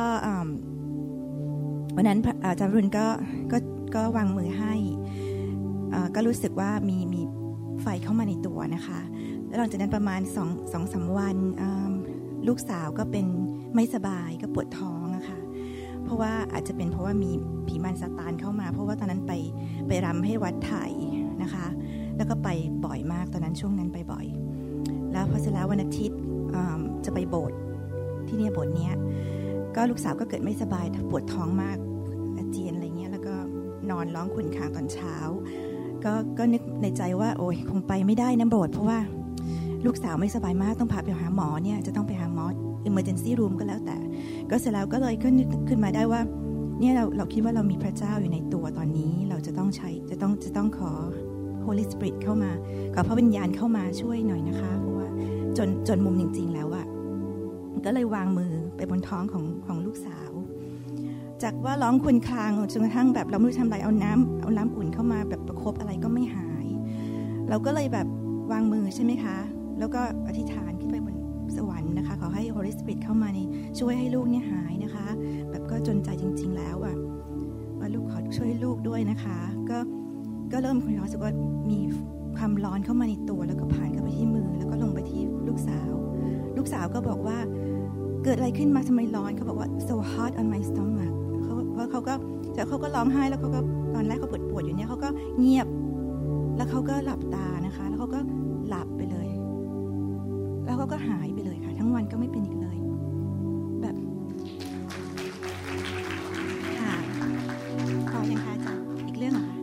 S3: วันนั้นอาจารย์วรุณก็วางมือให้ก็รู้สึกว่ามีไฟเข้ามาในตัวนะคะแล้วหลังจากนั้นประมาณ2-3 วันลูกสาวก็เป็นไม่สบายก็ปวดท้องนะคะเพราะว่าอาจจะเป็นเพราะว่ามีผีมารซาตานเข้ามาเพราะว่าตอนนั้นไปรำให้วัดไทยนะคะแล้วก็ไปบ่อยมากตอนนั้นช่วงนั้นไปบ่อยแล้วพอเสร็จแล้ววันอาทิตย์จะไปโบสถ์ที่เนี่ยโบสถ์เนี้ยก็ลูกสาวก็เกิดไม่สบายปวดท้องมากอาเจียนอะไรเงี้ยแล้วก็นอนร้องครวญครางตอนเช้าก็นึกในใจว่าโอ้ยคงไปไม่ได้นะโบสถ์เพราะว่าลูกสาวไม่สบายมากต้องพาไปหาหมอเนี่ยจะต้องไปหาหมอ emergency room ก็แล้วแต่ก็เสร็จแล้วก็เลยก็นึกขึ้นมาได้ว่าเนี่ยเราคิดว่าเรามีพระเจ้าอยู่ในตัวตอนนี้เราจะต้องขอ Holy Spirit เข้ามาขอพระวิญญาณเข้ามาช่วยหน่อยนะคะเพราะว่าจนมุมจริงๆแล้วอะก็เลยวางมือไปบนท้องของลูกสาวจากว่าร้องครวญครางจนกระทั่งแบบเราไม่รู้ทำอะไรเอาน้ำอุ่นเข้ามาแบบประคบอะไรก็ไม่หายเราก็เลยแบบวางมือใช่ไหมคะแล้วก็อธิษฐานขึ้นไปบนสวรรค์นะคะขอให้ Holy Spirit เข้ามาช่วยให้ลูกเนี่ยหายนะคะแบบก็จนใจจริงๆแล้วว่าลูกขอช่วยลูกด้วยนะคะก็เริ่มรู้สึกว่ามีความร้อนเข้ามาในตัวแล้วก็ผ่านเข้าไปที่มือแล้วก็ลงไปที่ลูกสาวก็บอกว่าเกิดอะไรขึ้นมาทำไมร้อนเขาบอกว่า so hot on my stomach เขาก็ร้องไห้แล้วเขาก็ตอนแรกเขาปวดอยู่เนี่ยเขาก็เงียบแล้วเขาก็หลับตานะคะแล้วเขาก็หลับไปเลยแล้วเขาก็หายไปเลยค่ะทั้งวันก็ไม่เป็นอีกเลยแบบค่ะพอยังคะอาจารย์อีกเรื่องเหรอคะ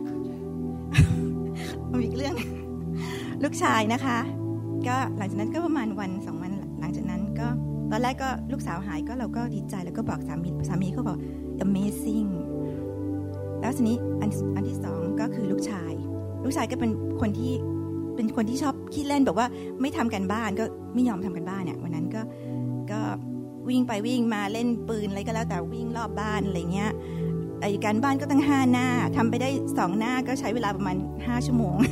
S3: อีกเรื่องลูกชายนะคะก็หลังจากนั้นก็ประมาณวัน2 วันหลังจากนั้นก็ตอนแรกก็ลูกสาวหายก็เราก็ดีใจแล้วก็บอกสามีเขาบอก amazing แล้วทีนี้อันที่2ก็คือลูกชายก็เป็นคนที่ชอบขี้เล่นแบบว่าไม่ทำกันบ้านก็ไม่ยอมทำกันบ้านเนี่ยวันนั้นก็วิ่งไปวิ่งมาเล่นปืนอะไรก็แล้วแต่วิ่งรอบบ้านอะไรเงี้ยไอ้การบ้านก็ตั้ง5 หน้าทำไปได้2 หน้าก็ใช้เวลาประมาณ5 ชั่วโมง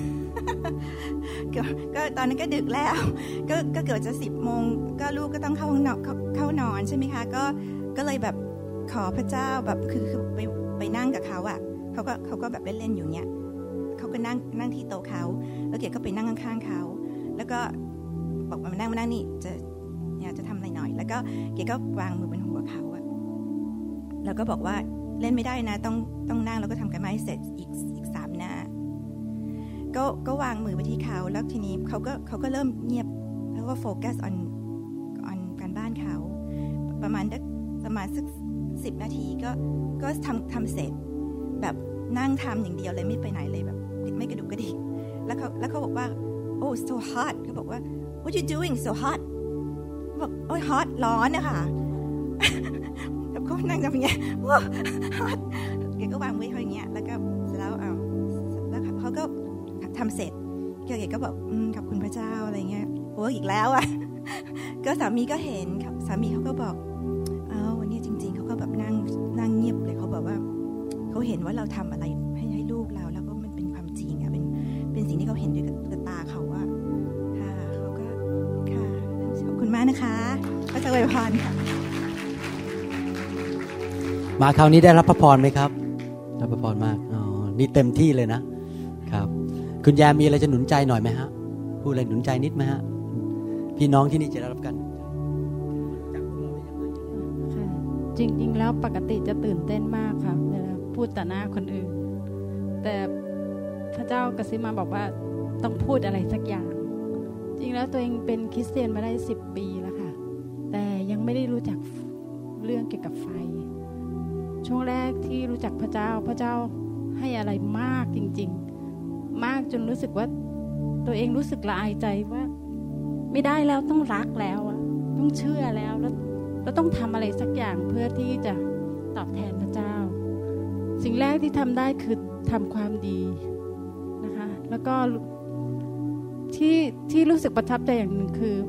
S3: ก็ตอนนั้นก็ดึกแล้วก็เกือบจะ10 โมงก็ลูกก็ต้องเข้านอนใช่ไหมคะก็เลยแบบขอพระเจ้าแบบคือไปนั่งกับเขาอ่ะเขาก็แบบเล่นๆอยู่เนี้ยเขาก็นั่งที่โต๊ะเขาแล้วเก๋ก็ไปนั่งข้างๆเขาแล้วก็บอกมานั่งนี่จะทำอะไรหน่อยแล้วก็เก๋ก็วางมือบนหัวเขาอะแล้วก็บอกว่าเล่นไม่ได้นะต้องนั่งแล้วก็ทำกันบ้านให้เสร็จอีก3 หน้าก็วางมือไปที่เขาแล้วทีนี้เขาก็เริ่มเงียบแล้วก็โฟกัส on การบ้านเขาประมาณสัก10 นาทีก็ทำเสร็จแบบนั่งทำอย่างเดียวเลยไม่ไปไหนเลยแบบไม่กระดุกกระดิกแล้วเขาบอกว่า oh so hot เขาบอกว่า what you doing so hot บอกโอ้ย hot ร้อนนะคะแล้วเขานั่งทำอย่างเงี้ย hot แกก็วางมือเขาอย่างเงี้ยแล้วก็แล้วเขาก็ทำเสร็จแกก็บอกขอบคุณพระเจ้าอะไรเงี้ยโอ้อีกแล้วอ่ะก็สามีก็เห็นครับสามีเขาก็บอกวันนี้จริงๆเขาก็แบบนั่งเงียบเลยเขาบอกว่าเขาเห็นว่าเราทำอะไรให้ลูกเราแล้วก็มันเป็นความจริงอ่ะเป็นสิ่งที่เขาเห็นด้วยกับตาเขาว่าค่ะเขาก็ค่ะขอบคุณมากนะคะก็จะอวยพรค่ะ
S2: มาคราวนี้ได้รับพระพรไหมครับรับพระพรมากนี่เต็มที่เลยนะครับคุณยามีอะไรจะหนุนใจหน่อยไหมฮะพูดอะไรหนุนใจนิดไหมฮะพี่น้องที่นี่จะได้รับการหนุนใจจากพวกเราได้ยังไง
S4: ค่ะจริงๆแล้วปกติจะตื่นเต้นมากค่ะเวลาพูดต่อหน้าคนอื่นแต่พระเจ้ากระซิบมาบอกว่าต้องพูดอะไรสักอย่างจริงแล้วตัวเองเป็นคริสเตียนมาได้10 ปีแล้วค่ะแต่ยังไม่ได้รู้จักเรื่องเกี่ยวกับไฟช่วงแรกที่รู้จักพระเจ้าให้อะไรมากจริงๆมากจนรู้สึกว่าตัวเองรู้สึกละอายใจว่าไม่ได้แล้วต้องรักแล้วต้องเชื่อแล้วต้องทำอะไรสักอย่างเพื่อที่จะตอบแทนพระเจ้าสิ่งแรกที่ทำได้คือทำความดีนะคะแล้วก็ที่รู้สึกประทับใจอย่างหนึ่งคือ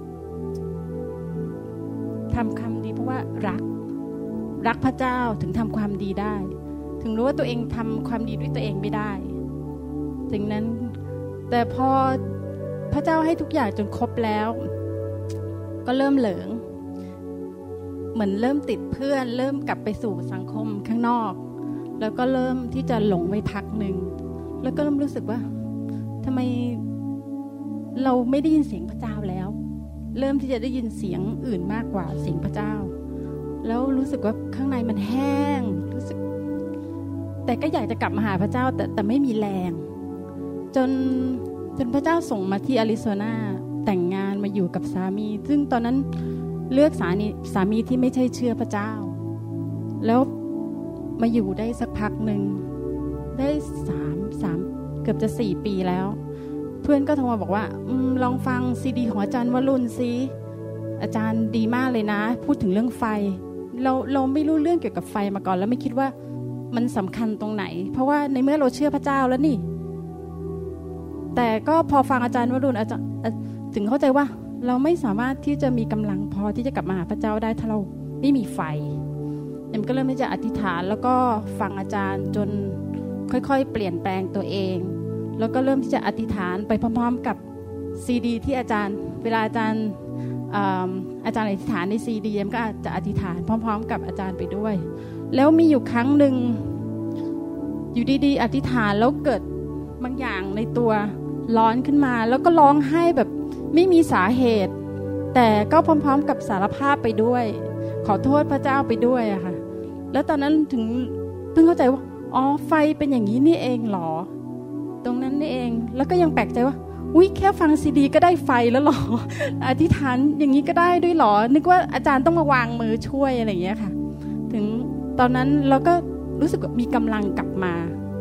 S4: ทำความดีเพราะว่ารักพระเจ้าถึงทำความดีได้ถึงรู้ว่าตัวเองทำความดีด้วยตัวเองไม่ได้สิ่งนั้นแต่พอพระเจ้าให้ทุกอย่างจนครบแล้วก็เริ่มเหลิงเหมือนเริ่มติดเพื่อนเริ่มกลับไปสู่สังคมข้างนอกแล้วก็เริ่มที่จะหลงไปพักหนึ่งแล้วก็เริ่มรู้สึกว่าทำไมเราไม่ได้ยินเสียงพระเจ้าแล้วเริ่มที่จะได้ยินเสียงอื่นมากกว่าเสียงพระเจ้าแล้วรู้สึกว่าข้างในมันแห้งรู้สึกแต่ก็อยากจะกลับมาหาพระเจ้าแต่ไม่มีแรงจนพระเจ้าส่งมาที่อาริโซนาแต่งงานมาอยู่กับสามีซึ่งตอนนั้นเลือกสามีที่ไม่ใช่เชื่อพระเจ้าแล้วมาอยู่ได้สักพักหนึ่งได้3เกือบจะ4 ปีแล้วเพื่อนก็โทรมาบอกว่าลองฟังซีดีของอาจารย์วรุณซิอาจารย์ดีมากเลยนะพูดถึงเรื่องไฟเราไม่รู้เรื่องเกี่ยวกับไฟมาก่อนแล้วไม่คิดว่ามันสำคัญตรงไหนเพราะว่าในเมื่อเราเชื่อพระเจ้าแล้วนี่แต่ก็พอฟังอาจารย์วรุณอาจารย์ถึงเข้าใจว่าเราไม่สามารถที่จะมีกำลังพอที่จะกลับมาหาพระเจ้าได้ถ้าเราไม่มีไฟเอ็มก็เริ่มที่จะอธิษฐานแล้วก็ฟังอาจารย์จนค่อยๆเปลี่ยนแปลงตัวเองแล้วก็เริ่มที่จะอธิษฐานไปพร้อมๆกับซีดีที่อาจารย์เวลาอาจารย์อธิษฐานในซีดีก็จะอธิษฐานพร้อมๆกับอาจารย์ไปด้วยแล้วมีอยู่ครั้งหนึ่งอยู่ดีๆอธิษฐานแล้วเกิดบางอย่างในตัวร้อนขึ้นมาแล้วก็ร้องไห้แบบไม่มีสาเหตุแต่ก็พร้อมๆกับสารภาพไปด้วยขอโทษพระเจ้าไปด้วยอะค่ะแล้วตอนนั้นถึงเพิ่งเข้าใจว่าอ๋อไฟเป็นอย่างนี้นี่เองหรอตรงนั้นนี่เองแล้วก็ยังแปลกใจว่าอุ๊ยแค่ฟังซีดีก็ได้ไฟแล้วหรออธิษฐานอย่างนี้ก็ได้ด้วยหรอนึกว่าอาจารย์ต้องมาวางมือช่วยอะไรอย่างเงี้ยค่ะถึงตอนนั้นเราก็รู้สึกว่ามีกำลังกลับมา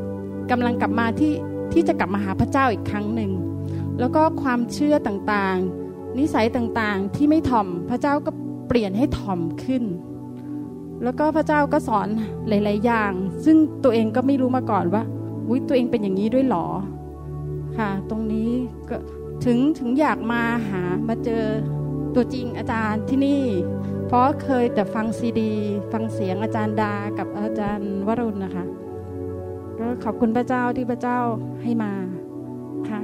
S4: ที่จะกลับมาหาพระเจ้าอีกครั้งหนึ่งแล้วก็ความเชื่อต่างๆนิสัยต่างๆที่ไม่ถ่อมพระเจ้าก็เปลี่ยนให้ถ่อมขึ้นแล้วก็พระเจ้าก็สอนหลายๆอย่างซึ่งตัวเองก็ไม่รู้มาก่อนว่าอุ๊ยตัวเองเป็นอย่างนี้ด้วยหรอค่ะตรงนี้ก็ถึงอยากมาเจอตัวจริงอาจารย์ที่นี่เพราะเคยแต่ฟังซีดีฟังเสียงอาจารย์ดากับอาจารย์วรุณนะคะก็ขอบคุณพระเจ้าที่พระเจ้าให้มาค่ะ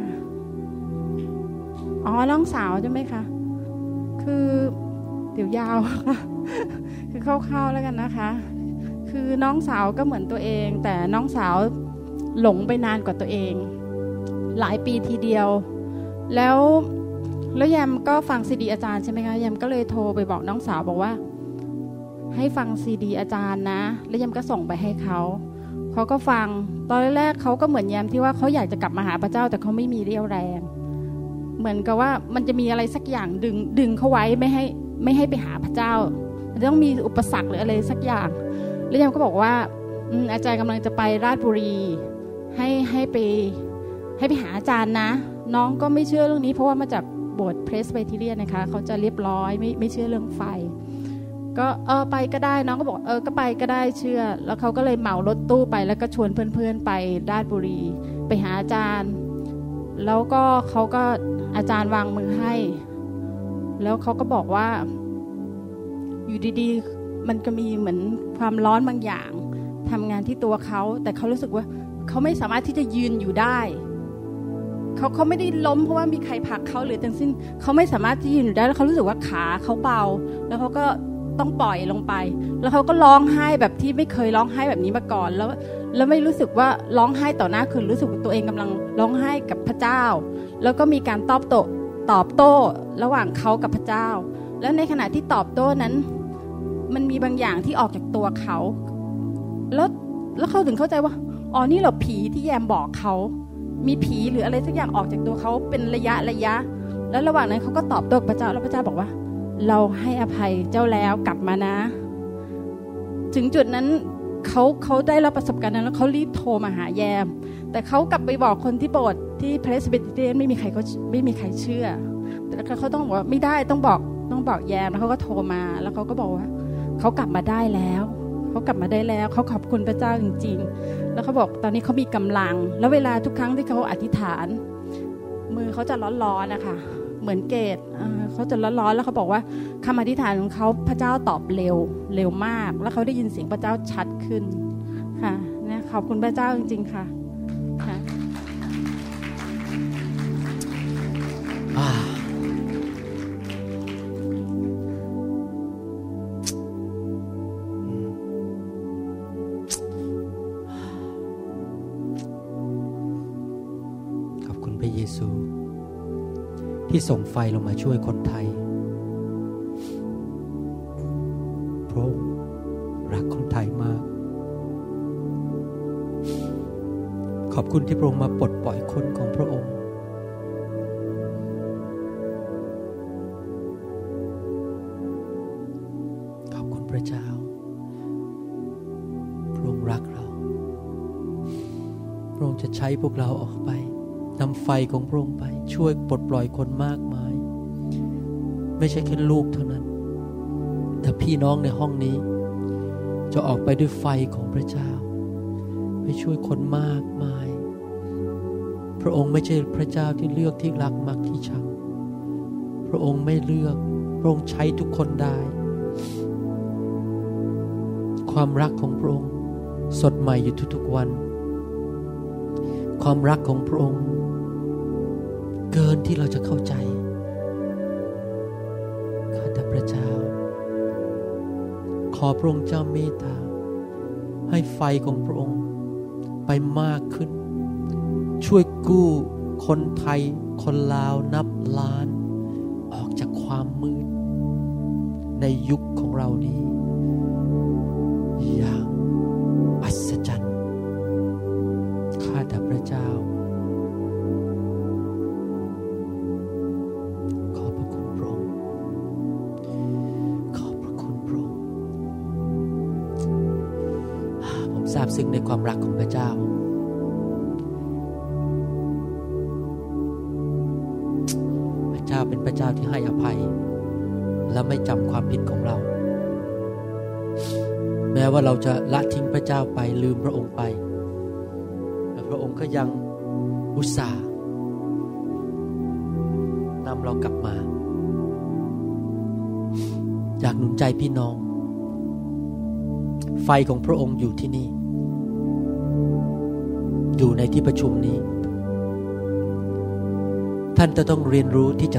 S4: อ๋อน้องสาวใช่ไหมคะคือเดี๋ยวยาวค่ะคือคร่าวๆแล้วกันนะคะคือน้องสาวก็เหมือนตัวเองแต่น้องสาวหลงไปนานกว่าตัวเองหลายปีทีเดียวแล้วแยมก็ฟังซีดีอาจารย์ใช่ไหมคะแยมก็เลยโทรไปบอกน้องสาวบอกว่าให้ฟังซีดีอาจารย์นะแล้วแยมก็ส่งไปให้เขาก็ฟังตอนแรกเขาก็เหมือนแยมที่ว่าเขาอยากจะกลับมาหาพระเจ้าแต่เขาไม่มีเรี่ยวแรงเหมือนกับว่ามันจะมีอะไรสักอย่างดึงเขาไว้ไม่ให้ไปหาพระเจ้ามันต้องมีอุปสรรคหรืออะไรสักอย่างแล้วแยมก็บอกว่าอาจารย์กำลังจะไปราชบุรีให้ไปหาอาจารย์นะน้องก็ไม่เชื่อเรื่องนี้เพราะว่ามาจากโบสถ์เพรสไบเทเรียนนะคะเขาจะเรียบร้อยไม่เชื่อเรื่องไฟก็ไปก็ได้น้องก็บอกก็ไปก็ได้เชื่อแล้วเขาก็เลยเหมารถตู้ไปแล้วก็ชวนเพื่อนๆไปราชบุรีไปหาอาจารย์แล้วก็เขาก็อาจารย์วางมือให้แล้วเขาก็บอกว่าอยู่ดีๆมันก็มีเหมือนความร้อนบางอย่างทำงานที่ตัวเขาแต่เขารู้สึกว่าเขาไม่สามารถที่จะยืนอยู่ได้เขาไม่ได้ล้มเพราะว่ามีใครผลักเขาหรือทั้งสิ้นเขาไม่สามารถที่ยืนอยู่ได้แล้วเขารู้สึกว่าขาเขาเบาแล้วเขาก็ต้องปล่อยลงไปแล้วเขาก็ร้องไห้แบบที่ไม่เคยร้องไห้แบบนี้มาก่อนแล้วไม่รู้สึกว่าร้องไห้ต่อหน้าคือรู้สึกว่าตัวเองกำลังร้องไห้กับพระเจ้าแล้วก็มีการตอบโต้ระหว่างเขากับพระเจ้าแล้วในขณะที่ตอบโต้นั้นมันมีบางอย่างที่ออกจากตัวเขาแล้วเขาถึงเข้าใจว่าอ๋อนี่เหรอผีที่แยมบอกเขามีผีหรืออะไรสักอย่างออกจากตัวเขาเป็นระยะแล้วระหว่างนั้นเขาก็ตอบโต้พระเจ้าแล้วพระเจ้าบอกว่าเราให้อภัยเจ้าแล้วกลับมานะถึงจุดนั้นเขาได้รับประสบการณ์นั้นแล้วเขารีบโทรมาหาแยมแต่เขากลับไปบอกคนที่โบสถ์ที่เพรสบิเทเรียนไม่มีใครเชื่อแต่เขาต้องบอกว่าไม่ได้ต้องบอกแยมแล้วเขาก็โทรมาแล้วเขาก็บอกว่าเขากลับมาได้แล้วเขาขอบคุณพระเจ้าจริงๆแล้วเขาบอกตอนนี้เขามีกำลังแล้วเวลาทุกครั้งที่เขาอธิษฐานมือเขาจะร้อนๆนะคะเหมือนเกศเขาจะร้อนๆแล้วเขาบอกว่าคำอธิษฐานของเขาพระเจ้าตอบเร็วมากแล้วเขาได้ยินเสียงพระเจ้าชัดขึ้นค่ะนะขอบคุณพระเจ้าจริงๆค่ะ
S2: พระเยซูที่ส่งไฟลงมาช่วยคนไทยพระองค์รักคนไทยมากขอบคุณที่พระองค์มาปลดปล่อยคนของพระองค์ขอบคุณพระเจ้าพระองค์รักเราพระองค์จะใช้พวกเราออกไปนำไฟของพระองค์ไปช่วยปลดปล่อยคนมากมายไม่ใช่แค่ลูกเท่านั้นแต่พี่น้องในห้องนี้จะออกไปด้วยไฟของพระเจ้าไปช่วยคนมากมายพระองค์ไม่ใช่พระเจ้าที่เลือกที่รักมักที่ชังพระองค์ไม่เลือกพระองค์ใช้ทุกคนได้ความรักของพระองค์สดใหม่อยู่ทุกๆวันความรักของพระองค์เกินนที่เราจะเข้าใจข้าแต่พระเจ้าขอพระองค์เจ้าเมตตาให้ไฟของพระองค์ไปมากขึ้นช่วยกู้คนไทยคนลาวนับล้านออกจากความมืดในยุคของเรานี้อย่างอัศจรรย์ข้าแต่พระเจ้าขอบพระคุณพระองค์ขอบพระคุณพระองค์ผมซาบซึ้งในความรักของพระเจ้าพระเจ้าเป็นพระเจ้าที่ให้อภัยและไม่จำความผิดของเราแม้ว่าเราจะละทิ้งพระเจ้าไปลืมพระองค์ไปแต่พระองค์ก็ยังอุตส่าห์นำเรากลับมาอยากหนุนใจพี่น้องไฟของพระองค์อยู่ที่นี่อยู่ในที่ประชุมนี้ท่านจะต้องเรียนรู้ที่จะ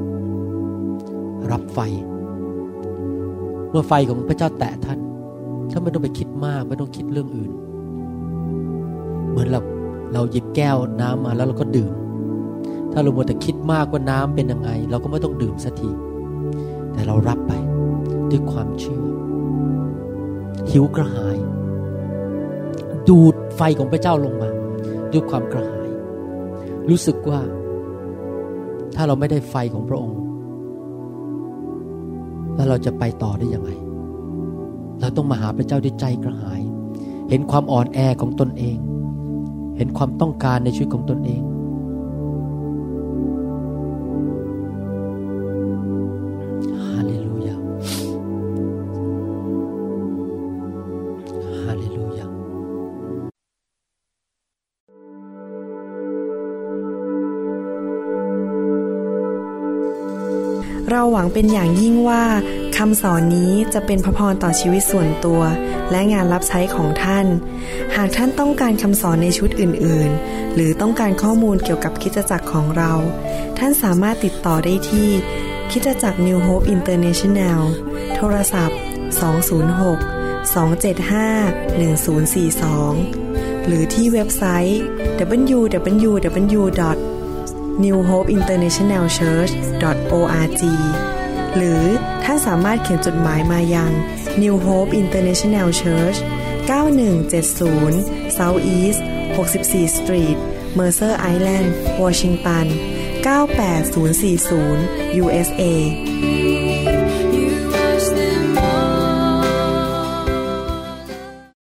S2: รับไฟเมื่อไฟของพระเจ้าแตะท่านไม่ต้องไปคิดมากไม่ต้องคิดเรื่องอื่นเหมือนเราหยิบแก้วน้ำมาแล้วเราก็ดื่มถ้าเรามัวแต่คิดมากว่าน้ำเป็นยังไงเราก็ไม่ต้องดื่มสักทีแต่เรารับไปด้วยความเชื่อหิวกระหายดูดไฟของพระเจ้าลงมาด้วยความกระหายรู้สึกว่าถ้าเราไม่ได้ไฟของพระองค์แล้วเราจะไปต่อได้ยังไงเราต้องมาหาพระเจ้าด้วยใจกระหายเห็นความอ่อนแอของตนเองเห็นความต้องการในชีวิตของตนเองฮาเลลูยาฮาเลลูยา
S1: เราหวังเป็นอย่างยิ่งว่าคำสอนนี้จะเป็นพระพรต่อชีวิตส่วนตัวและงานรับใช้ของท่านหากท่านต้องการคำสอนในชุดอื่นๆหรือต้องการข้อมูลเกี่ยวกับคริสตจักรของเราท่านสามารถติดต่อได้ที่คริสตจักร New Hope International โทรศัพท์206-275-1042 หรือที่เว็บไซต์ www.newhopeinternationalchurch.org หรือท่านสามารถเขียนจดหมายมายัง New Hope International Church 9170 South East 64 Street Mercer Island Washington 98040 USA